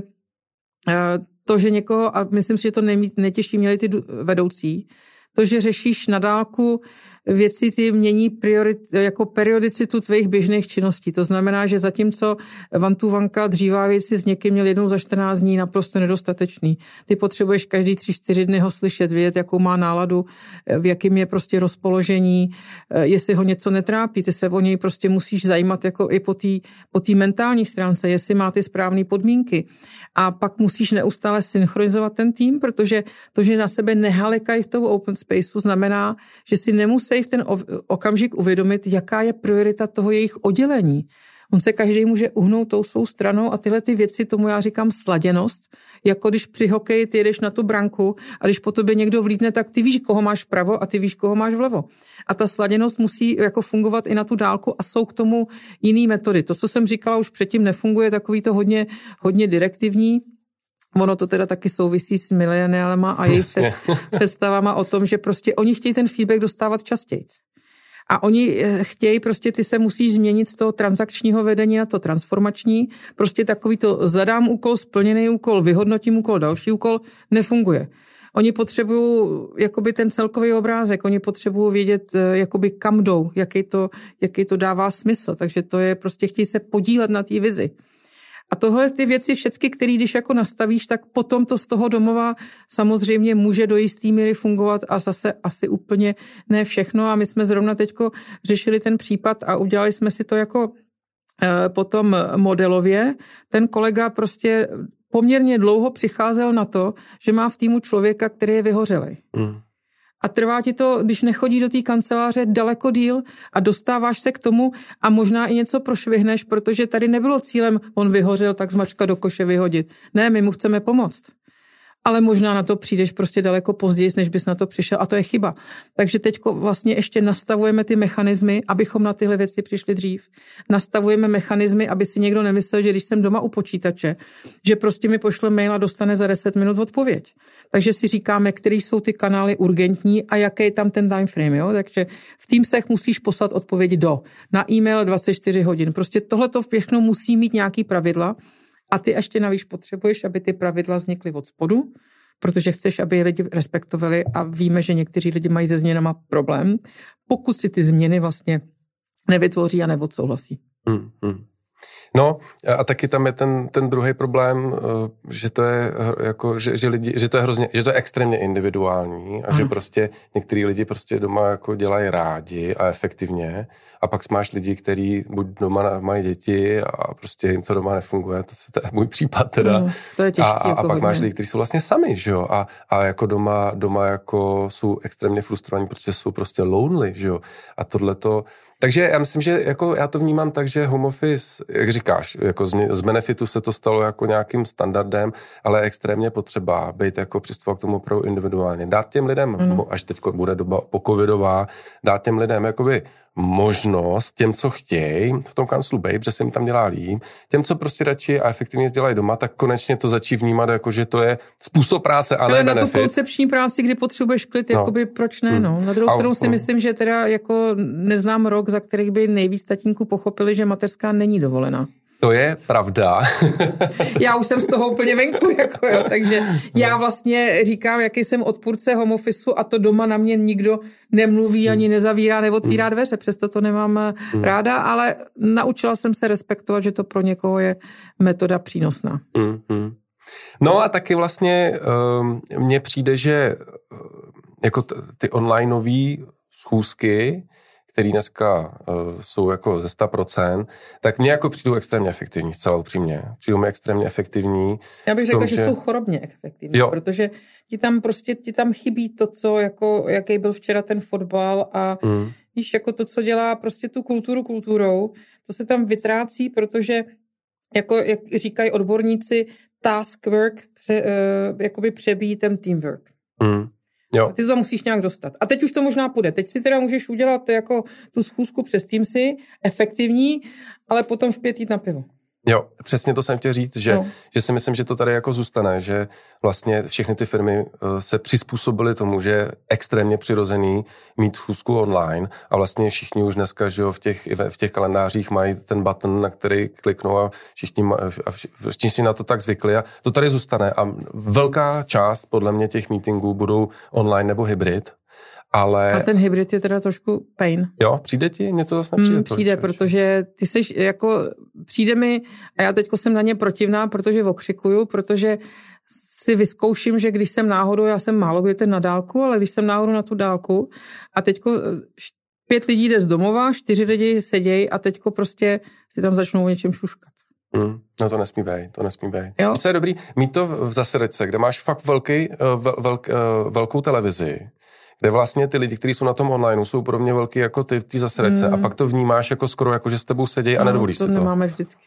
to, že někoho, a myslím si, že to nejtěžší měli ty vedoucí, to, že řešíš na dálku věci, ty mění priorit, jako periodicitu tvých běžných činností. To znamená, že zatímco van tu vanka dřívá věci s někým měl jednou za čtrnáct dní naprosto nedostatečný. Ty potřebuješ každý tři, čtyři dny ho slyšet, vědět, jakou má náladu, v jakým je prostě rozpoložení, jestli ho něco netrápí, ty se o něj prostě musíš zajímat jako i po té po té mentální stránce, jestli má ty správné podmínky. A pak musíš neustále synchronizovat ten tým, protože to, že na sebe nehalekají v toho open spaceu, znamená, že si nemusí v ten okamžik uvědomit, jaká je priorita toho jejich oddělení. On se každý může uhnout tou svou stranou a tyhle ty věci, tomu já říkám sladěnost, jako když při hokeji ty jedeš na tu branku a když po tobě někdo vlítne, tak ty víš, koho máš vpravo a ty víš, koho máš vlevo. A ta sladěnost musí jako fungovat i na tu dálku a jsou k tomu jiný metody. To, co jsem říkala už předtím, nefunguje, takový to hodně, hodně direktivní. Ono to teda taky souvisí s mileniálema a jejich představama o tom, že prostě oni chtějí ten feedback dostávat častěji. A oni chtějí, prostě ty se musíš změnit z toho transakčního vedení na to transformační. Prostě takový to zadám úkol, splněný úkol, vyhodnotím úkol, další úkol, nefunguje. Oni potřebují jakoby ten celkový obrázek, oni potřebují vědět, jakoby kam jdou, jaký to, jaký to dává smysl. Takže to je prostě, chtějí se podílet na té vizi. A tohle ty věci všechny, které když jako nastavíš, tak potom to z toho domova samozřejmě může do jistý míry fungovat a zase asi úplně ne všechno. A my jsme zrovna teďko řešili ten případ a udělali jsme si to jako e, potom modelově. Ten kolega prostě poměrně dlouho přicházel na to, že má v týmu člověka, který je vyhořelej. Mm. A trvá ti to, když nechodí do té kanceláře, daleko díl a dostáváš se k tomu a možná i něco prošvihneš, protože tady nebylo cílem, on vyhořel, tak zmačka do koše vyhodit. Ne, my mu chceme pomoct. Ale možná na to přijdeš prostě daleko později, než bys na to přišel a to je chyba. Takže teďko vlastně ještě nastavujeme ty mechanismy, abychom na tyhle věci přišli dřív. Nastavujeme mechanismy, aby si někdo nemyslel, že když jsem doma u počítače, že prostě mi pošle mail a dostane za deset minut odpověď. Takže si říkáme, který jsou ty kanály urgentní a jaký je tam ten time frame. Jo? Takže v Teamsech musíš poslat odpověď do. Na e-mail dvacet čtyři hodin. Prostě tohleto všechno musí mít nějaký pravidla. A ty ještě navíc potřebuješ, aby ty pravidla vznikly od spodu, protože chceš, aby lidi respektovali a víme, že někteří lidi mají se změnama problém, pokud si ty změny vlastně nevytvoří a neodsouhlasí. Hmm, hmm. No a taky tam je ten, ten druhý problém, že to je jako, že, že, lidi, že to je hrozně, že to je extrémně individuální a Aha. že prostě některý lidi prostě doma jako dělají rádi a efektivně a pak máš lidi, kteří buď doma mají děti a prostě jim to doma nefunguje, to, to je můj případ teda. No, to je těžký, a, a, jako a pak hodně. máš lidi, kteří jsou vlastně sami, že jo, a, a jako doma, doma jako jsou extrémně frustrovaní, protože jsou prostě lonely, že jo, a tohleto. Takže já myslím, že jako já to vnímám tak, že home office, jak říkáš, jako z, z benefitu se to stalo jako nějakým standardem, ale extrémně potřeba být jako přistupovat k tomu opravdu individuálně. Dát těm lidem, mm. až teď bude doba pocovidová, dát těm lidem jakoby možnost těm, co chtějí v tom kanclu být, protože se jim tam dělá líp, těm, co prostě radši a efektivně dělají doma, tak konečně to začí vnímat, jako že to je způsob práce a ne benefit. Na tu koncepční práci, kdy potřebuješ klid, no. jakoby proč ne, no. Na druhou stranu si myslím, že teda jako neznám rok, za kterých by nejvíc tatínků pochopili, že mateřská není dovolená. To je pravda. Já už jsem z toho úplně venku, jako jo, takže já vlastně říkám, jaký jsem odpůrce home officeu a to doma na mě nikdo nemluví, ani nezavírá, neotvírá dveře, přesto to nemám hmm. ráda, ale naučila jsem se respektovat, že to pro někoho je metoda přínosná. Hmm, hmm. No a taky vlastně um, mně přijde, že uh, jako t- ty onlineové schůzky, který dneska uh, jsou jako ze sto procent, tak mně jako přijdou extrémně efektivní, zcela upřímně. Přijdou mi extrémně efektivní. Já bych řekla, že... že jsou chorobně efektivní, jo. Protože ti tam prostě, ti tam chybí to, co jako, jaký byl včera ten fotbal a mm. víš, jako to, co dělá prostě tu kulturu kulturou, to se tam vytrácí, protože jako, jak říkají odborníci, task work pře, uh, jakoby přebíjí ten teamwork. Mm. Jo. A ty to tam musíš nějak dostat. A teď už to možná půjde. Teď si teda můžeš udělat jako tu schůzku přes Teamsy, efektivní, ale potom v pět jít na pivo. Jo, přesně to jsem chtěl říct, že, no. že si myslím, že to tady jako zůstane, že vlastně všechny ty firmy se přizpůsobily tomu, že je extrémně přirozený mít schůzku online a vlastně všichni už dneska, že jo, v těch, v těch kalendářích mají ten button, na který kliknou a všichni, a všichni si na to tak zvykli a to tady zůstane a velká část podle mě těch meetingů budou online nebo hybrid. Ale... A ten hybrid je teda trošku pain. Jo, přijde ti? Mně to zase nepřijde. Mm, přijde, to, protože ty jsi jako, přijde mi, a já teďko jsem na ně protivná, protože okřikuju, protože si vyzkouším, že když jsem náhodou, já jsem málo kdy ten na dálku, ale když jsem náhodou na tu dálku a teďko pět lidí jde z domova, čtyři lidi sedějí a teďko prostě si tam začnou o něčem šuškat. Mm, no to nesmí být, to nesmí být. Co je dobrý, mít to v zasedačce, kde máš fakt velký, vel, velk, velkou televizi, kde vlastně ty lidi, kteří jsou na tom online, jsou pro mě velký jako ty, ty zasedačce mm. a pak to vnímáš jako skoro, jako že s tebou sedějí a no, nedovolíš to si to. To nemáme vždycky.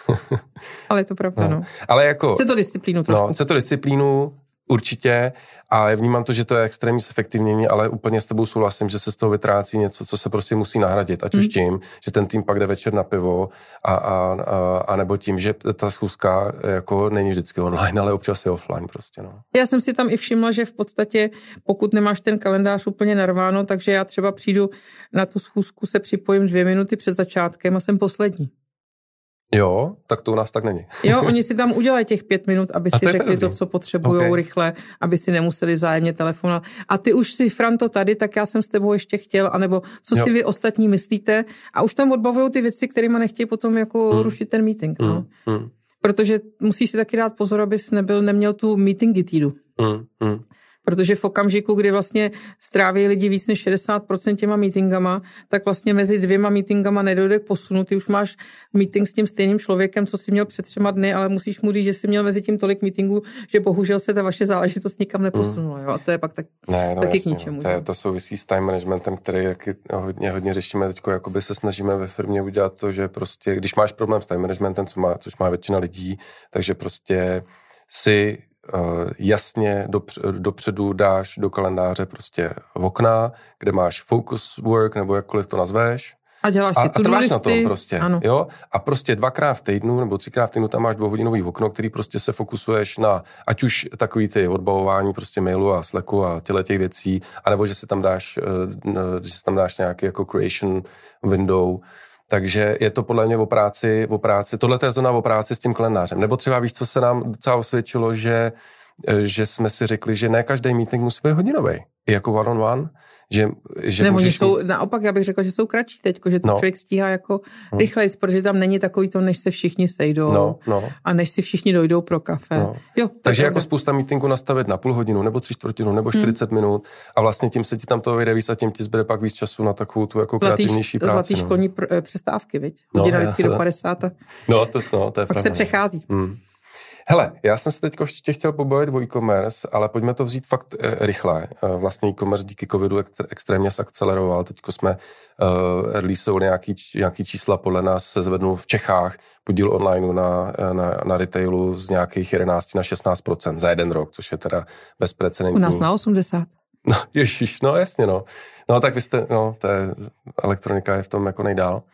Ale je to pravda, no. no. Ale jako... Chce to disciplínu trošku. No, chce to disciplínu, určitě, ale vnímám to, že to je extrémní zefektivnění, ale úplně s tebou souhlasím, že se z toho vytrácí něco, co se prostě musí nahradit. Ať mm. už tím, že ten tým pak jde večer na pivo a, a, a, a nebo tím, že ta schůzka jako není vždycky online, ale občas je offline prostě, no. Já jsem si tam i všimla, že v podstatě, pokud nemáš ten kalendář úplně narváno, takže já třeba přijdu na tu schůzku, se připojím dvě minuty před začátkem a jsem poslední. Jo, tak to u nás tak není. Jo, oni si tam udělají těch pět minut, aby si řekli to, co potřebujou okay. rychle, aby si nemuseli vzájemně telefonovat. A ty už si, Franto, tady, tak já jsem s tebou ještě chtěl, anebo co jo. si vy ostatní myslíte. A už tam odbavují ty věci, kterýma nechtějí potom jako hmm. rušit ten meeting. Hmm. No. Hmm. Protože musíš si taky dát pozor, abys nebyl, neměl tu meetingitídu. Hmm. Hmm. Protože v okamžiku, kdy vlastně stráví lidi víc než šedesát procent těma meetingama, tak vlastně mezi dvěma meetingama nedojde k posunu. Ty už máš meeting s tím stejným člověkem, co jsi měl před třema dny, ale musíš mu říct, že jsi měl mezi tím tolik meetingů, že bohužel se ta vaše záležitost nikam neposunula. Jo? A to je pak tak, ne, no taky jasně, k ničemu. To, je, to souvisí s time managementem, který taky hodně, hodně řešíme teď, jakoby se snažíme ve firmě udělat to, že prostě, když máš problém s time managementem, co má, což má většina lidí, takže prostě si Uh, jasně dopř- dopředu dáš do kalendáře prostě okna, kde máš focus work, nebo jakkoliv to nazveš. A děláš si a, a trváš listy. Na tom prostě, ano. jo? A prostě dvakrát v týdnu, nebo třikrát v týdnu tam máš dvouhodinový okno, který prostě se fokusuješ na, ať už takový ty odbavování prostě mailu a Slacku a těle těch věcí, anebo že si tam dáš, uh, že si tam dáš nějaký jako creation window. Takže je to podle mě o práci, o práci, tohle je zóna o práci s tím kalendářem. Nebo třeba víš, co se nám docela osvědčilo, že, že jsme si řekli, že ne každý meeting musí být hodinový. Jako one on one. Že, že Nebo můžeš jsou, mít... naopak, já bych řekla, že jsou kratší teďko, že to no. člověk stíhá jako hmm. rychleji, protože tam není takový to, než se všichni sejdou no, no. a než si všichni dojdou pro kafe. No. Jo, takže jako spousta meetingů nastavit na půl hodinu, nebo tři čtvrtinu, nebo čtyřicet hmm. minut a vlastně tím se ti tam to vyjde víc a tím ti zbyde pak víc času na takovou tu jako zlatý, kreativnější práci. Zlatý no. školní pr- přestávky, viď? Hodina no, vždycky do padesát. No, to, no, to je pak pravda. se přechází. Hmm. Hele, já jsem se teď ještě chtěl pobavit o e-commerce, ale pojďme to vzít fakt e, rychle. E, vlastně e-commerce díky covidu ek, extrémně zakceleroval. Teďko jsme e, releaseovali nějaký, nějaký čísla, podle nás se zvednul v Čechách podíl online na, na, na retailu z nějakých jedenáct na šestnáct procent za jeden rok, což je teda bezprecedentní. U nás na osmdesát. No, ježiš, no jasně, no. No tak vy jste, no, to je, elektronika je v tom jako nejdál.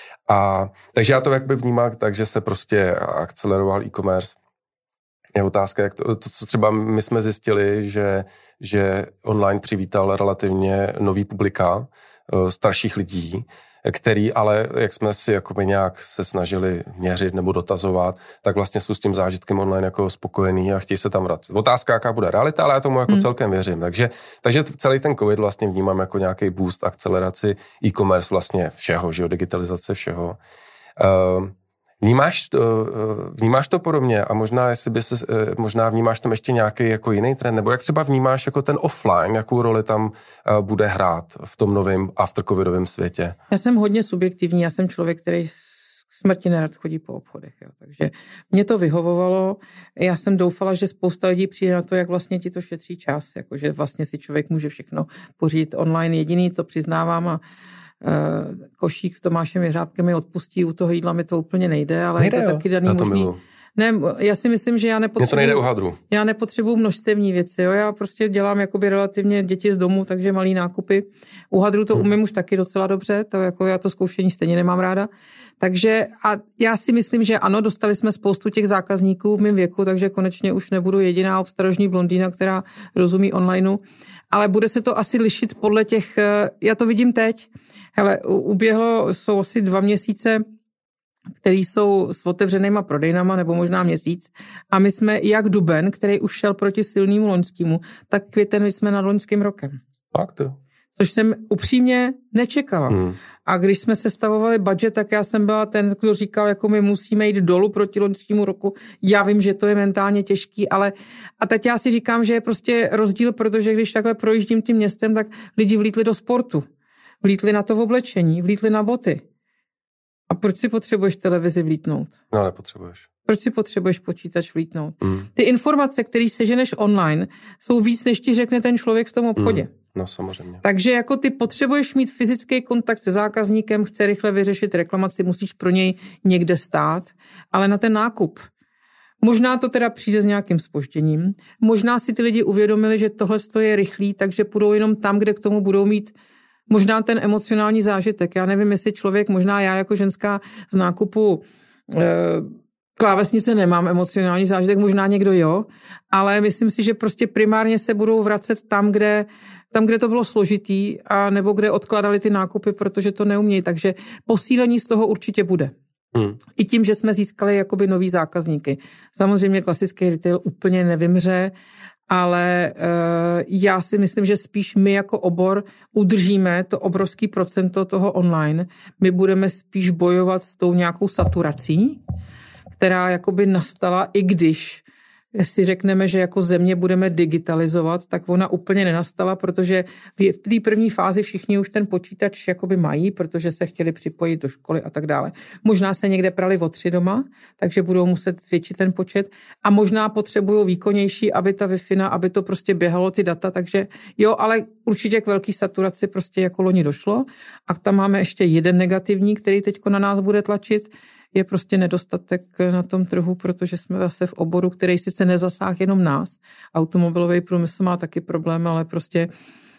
A takže já to jakby vnímám tak, že se prostě akceleroval e-commerce. Je otázka, jak to, to, co třeba my jsme zjistili, že, že online přivítal relativně nový publika, starších lidí, který ale, jak jsme si jakoby nějak se snažili měřit nebo dotazovat, tak vlastně jsou s tím zážitkem online jako spokojený a chtějí se tam vracet. Otázka, jaká bude realita, ale já tomu jako hmm. celkem věřím. Takže, takže celý ten covid vlastně vnímám jako nějaký boost, akceleraci e-commerce vlastně všeho, že jo, digitalizace všeho. Uh, Vnímáš to, vnímáš to podobně a možná, jestli by se, možná vnímáš tam ještě nějaký jako jiný trend, nebo jak třeba vnímáš jako ten offline, jakou roli tam bude hrát v tom novém aftercovidovém světě? Já jsem hodně subjektivní, já jsem člověk, který k smrti nerad chodí po obchodech, jo. Takže mě to vyhovovalo, já jsem doufala, že spousta lidí přijde na to, jak vlastně ti to šetří čas, jakože vlastně si člověk může všechno pořídit online, jediný, to přiznávám a košík s Tomášem Jeřábkem mi odpustí, u toho jídla mi to úplně nejde, ale nejde, je to jo. taky daný možný. Milu. Ne, já si myslím, že já nepotřebuji já nepotřebuji množstevní věci, jo, já prostě dělám jakoby relativně děti z domu, takže malý nákupy. U hadru to hmm. umím už taky docela dobře, to jako já to zkoušení stejně nemám ráda. Takže a já si myslím, že ano, dostali jsme spoustu těch zákazníků v mém věku, takže konečně už nebudu jediná obstarožní blondýna, která rozumí onlineu, ale bude se to asi lišit podle těch, já to vidím teď. Hele, uběhlo, jsou asi dva měsíce, který jsou s otevřenýma prodejnama, nebo možná měsíc. A my jsme jak duben, který už šel proti silnému loňskému, tak květen jsme nad loňským rokem. Fakt jo. Což jsem upřímně nečekala. Hmm. A když jsme sestavovali budget, tak já jsem byla ten, kdo říkal, jako my musíme jít dolů proti loňskému roku. Já vím, že to je mentálně těžký, ale a teď já si říkám, že je prostě rozdíl, protože když takhle projíždím tím městem, tak lidi vlítli do sportu. Vlítli na to v oblečení, vlítli na boty. A proč si potřebuješ televizi vlítnout? No, nepotřebuješ. Proč si potřebuješ počítač vlítnout? Mm. Ty informace, které seženeš online, jsou víc, než ti řekne ten člověk v tom obchodě. Mm. No, samozřejmě. Takže jako ty potřebuješ mít fyzický kontakt se zákazníkem, chce rychle vyřešit reklamaci, musíš pro něj někde stát, ale na ten nákup. Možná to teda přijde s nějakým zpožděním. Možná si ty lidi uvědomili, že tohle je rychlý, takže půjdou jenom tam, kde k tomu budou mít možná ten emocionální zážitek. Já nevím, jestli člověk, možná já jako ženská z nákupu e, klávesnice nemám emocionální zážitek, možná někdo jo, ale myslím si, že prostě primárně se budou vracet tam, kde, tam, kde to bylo složitý, a nebo kde odkladali ty nákupy, protože to neumějí. Takže posílení z toho určitě bude. Hmm. I tím, že jsme získali jakoby nový zákazníky. Samozřejmě klasický retail úplně nevymře, ale uh, já si myslím, že spíš my jako obor udržíme to obrovský procento toho online. My budeme spíš bojovat s tou nějakou saturací, která jakoby nastala, i když si řekneme, že jako země budeme digitalizovat, tak ona úplně nenastala, protože v té první fázi všichni už ten počítač jakoby mají, protože se chtěli připojit do školy a tak dále. Možná se někde prali o tři doma, takže budou muset zvětšit ten počet a možná potřebují výkonnější, aby ta Wi-Fi, aby to prostě běhalo ty data, takže jo, ale určitě k velký saturaci prostě jako loni došlo a tam máme ještě jeden negativní, který teďko na nás bude tlačit, je prostě nedostatek na tom trhu, protože jsme zase v oboru, který sice nezasáhl jenom nás. Automobilový průmysl má taky problém, ale prostě...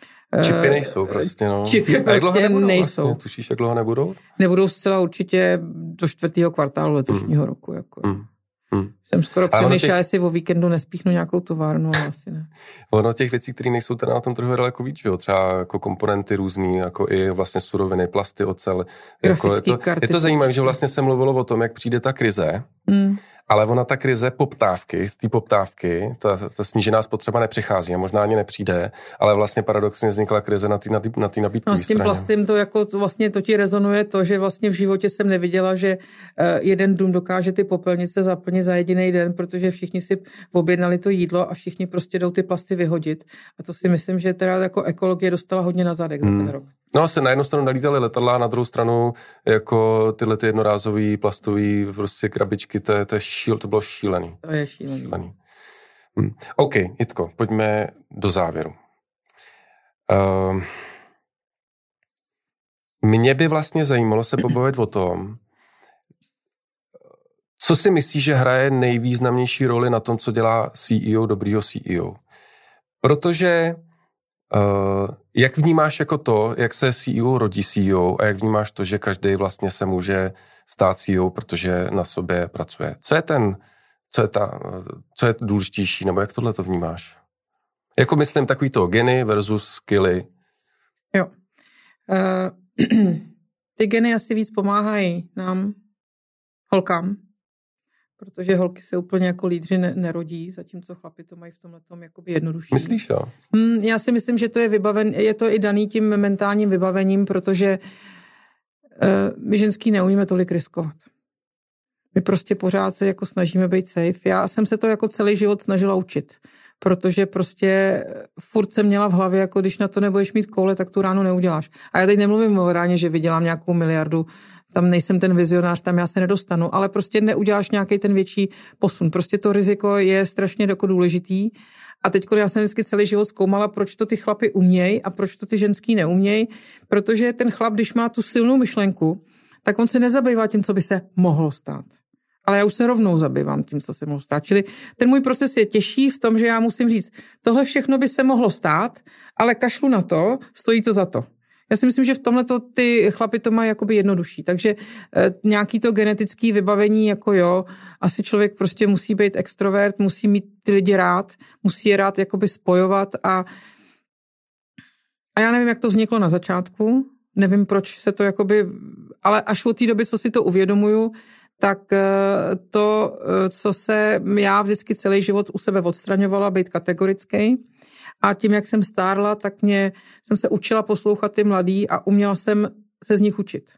Čipy nejsou prostě, no. Čipy prostě nebudou, nejsou. Vlastně? Tušíš, jak dlouho nebudou? Nebudou zcela určitě do čtvrtého kvartálu letošního mm. roku. Jako. Mm. Hmm. Jsem skoro přemýšlela, těch... jestli o víkendu nespíchnu nějakou továrnu, ale asi ne. Ono těch věcí, které nejsou teda na tom trhu, je daleko víc, jo? Třeba jako komponenty různý, jako i vlastně suroviny, plasty, ocel. Jako je, to, karty, je to zajímavé, že vlastně se mluvilo o tom, jak přijde ta krize, hmm. ale ona ta krize poptávky, z té poptávky, ta, ta snížená spotřeba nepřichází a možná ani nepřijde, ale vlastně paradoxně vznikla krize na té na na nabídkové no, s tím straně. plastem to jako to vlastně to ti rezonuje to, že vlastně v životě jsem neviděla, že uh, jeden dům dokáže ty popelnice zaplnit za jediný den, protože všichni si objednali to jídlo a všichni prostě jdou ty plasty vyhodit. A to si myslím, že teda jako ekologie dostala hodně na zadek hmm. za ten rok. No se na jednu stranu nalítali letadla a na druhou stranu jako tyhle ty jednorázový plastový prostě krabičky, to, to, je šíl, to bylo šílený. To je šílený. šílený. Hmm. OK, Jitko, pojďme do závěru. Uh, mě by vlastně zajímalo se pobavit o tom, co si myslíš, že hraje nejvýznamnější roli na tom, co dělá C E O dobrýho C E O. Protože Uh, jak vnímáš jako to, jak se C E O rodí C E O a jak vnímáš to, že každý vlastně se může stát C E O, protože na sobě pracuje? Co je ten, co je ta, co je důležitější, nebo jak tohle to vnímáš? Jako myslím takový to geny versus skilly. Jo. Uh, ty geny asi víc pomáhají nám, holkám, protože holky se úplně jako lídři ne- nerodí, zatímco chlapi to mají v tomhletom jakoby jednodušší. Myslíš, jo? Hmm, já si myslím, že to je vybaven, je to i daný tím mentálním vybavením, protože uh, my ženský neumíme tolik riskovat. My prostě pořád se jako snažíme být safe. Já jsem se to jako celý život snažila učit, protože prostě furt jsem měla v hlavě, jako když na to nebudeš mít koule, tak tu ránu neuděláš. A já teď nemluvím o ráně, že vydělám nějakou miliardu, tam nejsem ten vizionář, tam já se nedostanu, ale prostě neuděláš nějaký ten větší posun. Prostě to riziko je strašně jako důležitý. A teď já jsem vždycky celý život zkoumala, proč to ty chlapy umějí a proč to ty ženský neumějí, protože ten chlap, když má tu silnou myšlenku, tak on se nezabývá tím, co by se mohlo stát. Ale já už se rovnou zabývám tím, co se mohlo stát. Čili ten můj proces je těžší v tom, že já musím říct, tohle všechno by se mohlo stát, ale kašlu na to, stojí to za to. Já si myslím, že v tomhle ty chlapi to mají jakoby jednodušší. Takže e, nějaký to genetický vybavení, jako jo, asi člověk prostě musí být extrovert, musí mít ty lidi rád, musí je rád jakoby spojovat a, a já nevím, jak to vzniklo na začátku, nevím, proč se to jakoby, ale až od té doby, co si to uvědomuju, tak to, co se já vždycky celý život u sebe odstraňovala, být kategorický. A tím, jak jsem stárla, tak mě, jsem se učila poslouchat ty mladý a uměla jsem se z nich učit.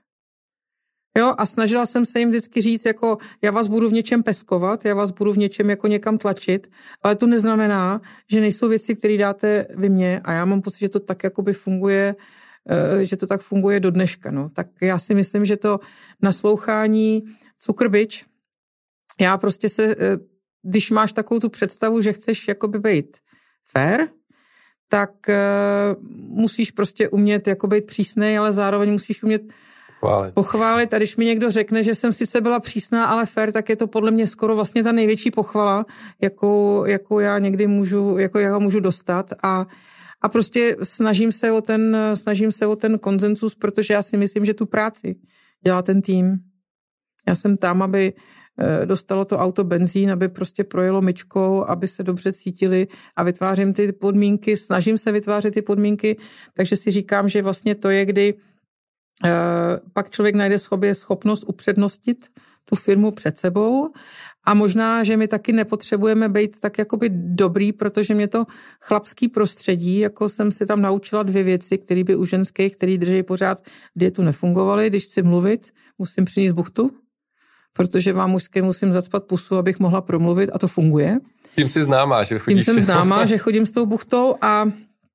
Jo, a snažila jsem se jim vždycky říct, jako já vás budu v něčem peskovat, já vás budu v něčem jako někam tlačit, ale to neznamená, že nejsou věci, které dáte vy mně a já mám pocit, že to tak jakoby funguje, že to tak funguje do dneška. No. Tak já si myslím, že to naslouchání cukrbič, já prostě se, když máš takovou tu představu, že chceš jakoby být fair, tak uh, musíš prostě umět jako být přísnej, ale zároveň musíš umět Chválit. pochválit. A když mi někdo řekne, že jsem sice byla přísná, ale fair, tak je to podle mě skoro vlastně ta největší pochvala, jakou, jakou já někdy můžu, jako já můžu dostat. A, a prostě snažím se o ten, snažím se o ten konsenzus, protože já si myslím, že tu práci dělá ten tým. Já jsem tam, aby dostalo to auto benzín, aby prostě projelo myčkou, aby se dobře cítili a vytvářím ty podmínky, snažím se vytvářet ty podmínky, takže si říkám, že vlastně to je, kdy eh, pak člověk najde sobě schopnost upřednostit tu firmu před sebou a možná, že my taky nepotřebujeme být tak jakoby dobrý, protože mě to chlapský prostředí, jako jsem si tam naučila dvě věci, které by u ženských, který drží pořád dietu, nefungovaly. Když chci mluvit, musím přinést buchtu, protože vám mužské musím zacpat pusu, abych mohla promluvit a to funguje. Tím jsi známá, že chodíš. Tím jsem známá, že chodím s tou buchtou a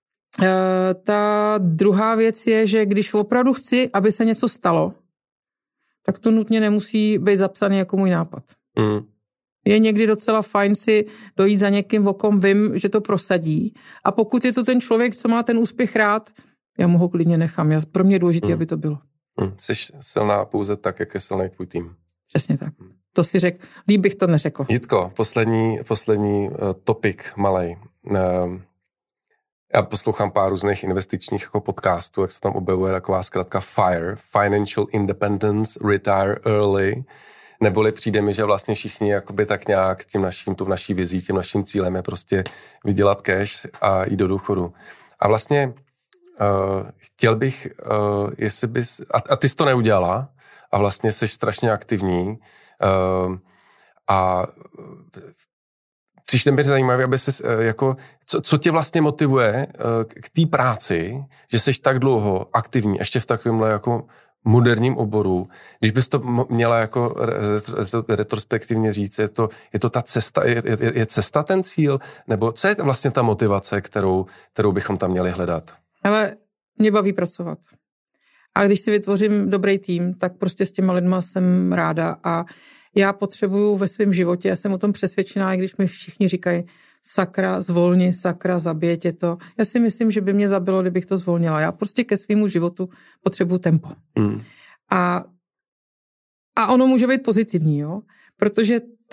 e, ta druhá věc je, že když opravdu chci, aby se něco stalo, tak to nutně nemusí být zapsaný jako můj nápad. Mm. Je někdy docela fajn si dojít za někým, o kom vím, že to prosadí a pokud je to ten člověk, co má ten úspěch rád, já mu ho klidně nechám. Já, pro mě je důležité, mm. aby to bylo. Mm. Jsi silná pouze tak, jak je silný tvůj tým. Přesně tak. To si řekl. Líp bych to neřekl. Jitko, poslední, poslední uh, topik malej. Uh, já poslouchám pár různých investičních jako podcastů, jak se tam objevuje taková zkratka FIRE, Financial Independence, Retire Early, neboli přijde mi, že vlastně všichni jakoby tak nějak tím naším, tou naší vizí, tím naším cílem je prostě vydělat cash a jít do důchodu. A vlastně uh, chtěl bych, uh, jestli bys, a, a ty jsi to neudělala, a vlastně jsi strašně aktivní uh, a přišli mi zajímavé, aby jsi, uh, jako, co, co tě vlastně motivuje uh, k té práci, že jsi tak dlouho aktivní, ještě v takovémhle jako moderním oboru, když bys to měla jako retrospektivně říct, je to, je to ta cesta, je, je, je cesta ten cíl, nebo co je vlastně ta motivace, kterou, kterou bychom tam měli hledat? Ale mě baví pracovat. A když si vytvořím dobrý tým, tak prostě s těma lidma jsem ráda a já potřebuju ve svém životě, já jsem o tom přesvědčená, i když mi všichni říkají sakra, zvolni, sakra, zabije tě to. Já si myslím, že by mě zabilo, kdybych to zvolnila. Já prostě ke svému životu potřebuju tempo. Mm. A, a ono může být pozitivní, jo? Protože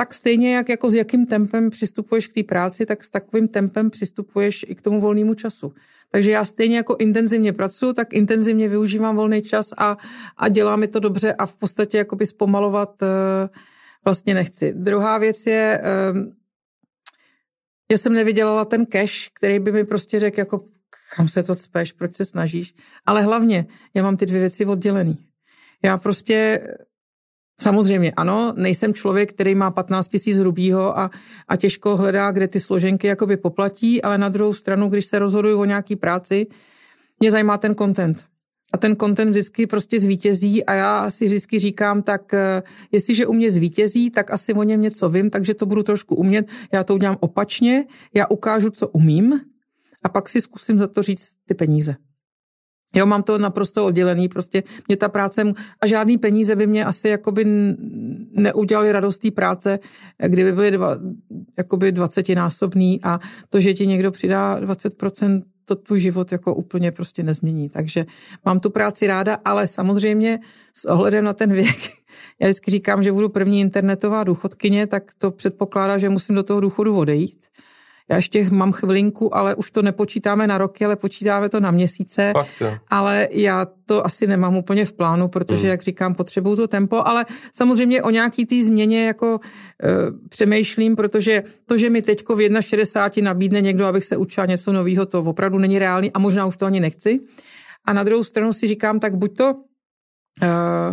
tak stejně jak jako s jakým tempem přistupuješ k té práci, tak s takovým tempem přistupuješ i k tomu volnému času. Takže já stejně jako intenzivně pracuji, tak intenzivně využívám volný čas a, a dělá mi to dobře a v podstatě jakoby zpomalovat uh, vlastně nechci. Druhá věc je, um, já jsem nevydělala ten cash, který by mi prostě řekl, jako kam se to cpeš, proč se snažíš. Ale hlavně, já mám ty dvě věci oddělený. Já prostě, samozřejmě ano, nejsem člověk, který má patnáct tisíc hrubýho a, a těžko hledá, kde ty složenky jakoby poplatí, ale na druhou stranu, když se rozhoduju o nějaký práci, mě zajímá ten content. A ten content vždycky prostě zvítězí a já si vždycky říkám, tak jestliže u mě zvítězí, tak asi o něm něco vím, takže to budu trošku umět. Já to udělám opačně, já ukážu, co umím a pak si zkusím za to říct ty peníze. Jo, mám to naprosto oddělený, prostě mě ta práce a žádný peníze by mě asi jakoby neudělali radost té práce, kdyby byly dva, jakoby dvacetinásobný a to, že ti někdo přidá dvacet procent, to tvůj život jako úplně prostě nezmění. Takže mám tu práci ráda, ale samozřejmě s ohledem na ten věk, já vždycky říkám, že budu první internetová důchodkyně, tak to předpokládá, že musím do toho důchodu odejít. Já ještě mám chvilinku, ale už to nepočítáme na roky, ale počítáme to na měsíce. Fakt, ale já to asi nemám úplně v plánu, protože, mm. jak říkám, potřebuju to tempo, ale samozřejmě o nějaký té změně jako e, přemýšlím, protože to, že mi teďko v šedesáti jedna nabídne někdo, abych se učila něco nového, to opravdu není reálný a možná už to ani nechci. A na druhou stranu si říkám, tak buď to e,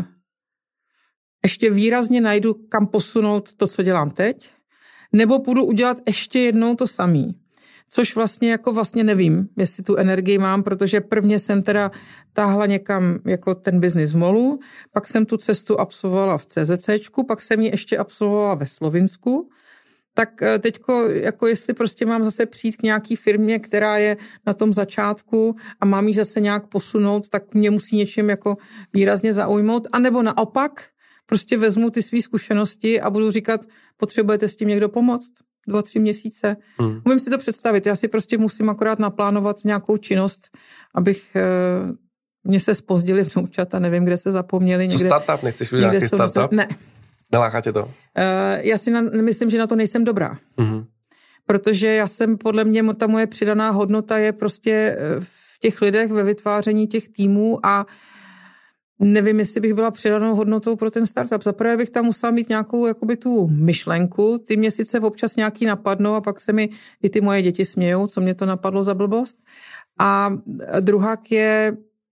ještě výrazně najdu, kam posunout to, co dělám teď, nebo půjdu udělat ještě jednou to samý. Což vlastně jako vlastně nevím, jestli tu energii mám, protože prvně jsem teda táhla někam jako ten biznis v molu, pak jsem tu cestu absolvovala v CZCčku, pak jsem ji ještě absolvovala ve Slovinsku. Tak teďko, jako jestli prostě mám zase přijít k nějaký firmě, která je na tom začátku a mám ji zase nějak posunout, tak mě musí něčím jako výrazně zaujmout. A nebo naopak, prostě vezmu ty své zkušenosti a budu říkat, potřebujete s tím někdo pomoct? Dva, tři měsíce. Hmm. Umím si to představit. Já si prostě musím akorát naplánovat nějakou činnost, abych... E, mě se zpozdili vnoučata, nevím, kde se zapomněli. Co někde, startup? Nechceš vidět nějaký startup? Ne. Neláká tě to? E, já si na, myslím, že na to nejsem dobrá. Hmm. Protože já jsem, podle mě, ta moje přidaná hodnota je prostě v těch lidech, ve vytváření těch týmů a nevím, jestli bych byla přidanou hodnotou pro ten startup. Zaprvé bych tam musela mít nějakou jakoby tu myšlenku, ty mě sice občas nějaký napadnou a pak se mi i ty moje děti smějou, co mě to napadlo za blbost. A druhák je,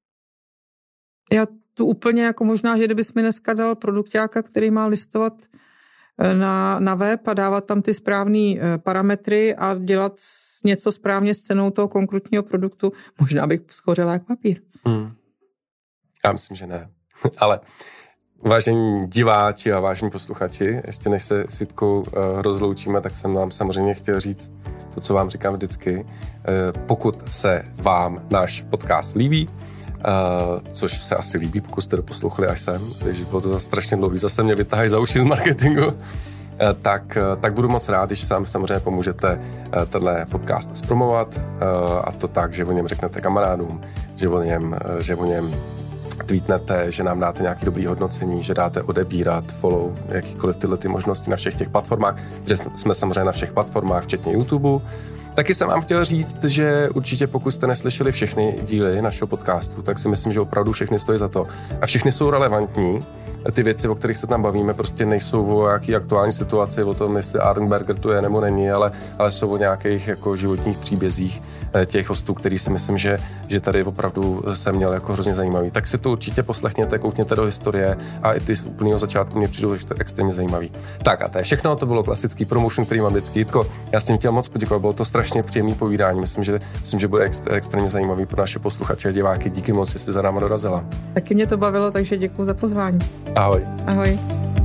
já tu úplně jako možná, že kdybys mi dneska dal produkťáka, který má listovat na, na web a dávat tam ty správný parametry a dělat něco správně s cenou toho konkrétního produktu, možná bych schořela jak papír. Hmm. Já myslím, že ne. Ale vážení diváči a vážení posluchači, ještě než se s Jitkou uh, rozloučíme, tak jsem vám samozřejmě chtěl říct to, co vám říkám vždycky. Uh, pokud se vám náš podcast líbí, uh, což se asi líbí, pokud jste doposlouchali až sem, takže bylo to strašně dlouhý, zase mě vytahají za uši z marketingu, uh, tak, uh, tak budu moc rád, když sám samozřejmě pomůžete uh, tenhle podcast zpromovat uh, a to tak, že o něm řeknete kamarádům, že o něm, uh, že o něm tweetnete, že nám dáte nějaké dobré hodnocení, že dáte odebírat, follow, jakýkoliv tyhle ty možnosti na všech těch platformách, že jsme samozřejmě na všech platformách, včetně YouTube. Taky jsem vám chtěl říct, že určitě pokud jste neslyšeli všechny díly našeho podcastu, tak si myslím, že opravdu všechny stojí za to. A všechny jsou relevantní. Ty věci, o kterých se tam bavíme, prostě nejsou o nějaký aktuální situaci, o tom, jestli Arenberger tu je nebo není, ale, ale jsou o nějakých jako životních příbězích těch hostů, který si myslím, že, že tady opravdu jsem měl jako hrozně zajímavý. Tak si to určitě poslechněte, koukněte do historie a i ty z úplného začátku mě přijdou extrémně zajímavý. Tak a to je všechno, to bylo klasický promotion, který mám vždycky. Jitko, já jsem chtěl moc poděkovat, bylo to strašně příjemný povídání. Myslím, že, myslím, že bude ext, extrémně zajímavý pro naše posluchače a diváky. Díky moc, že jsi za náma dorazila. Taky mě to bavilo, takže děkuji za pozvání. Ahoj. Ahoj.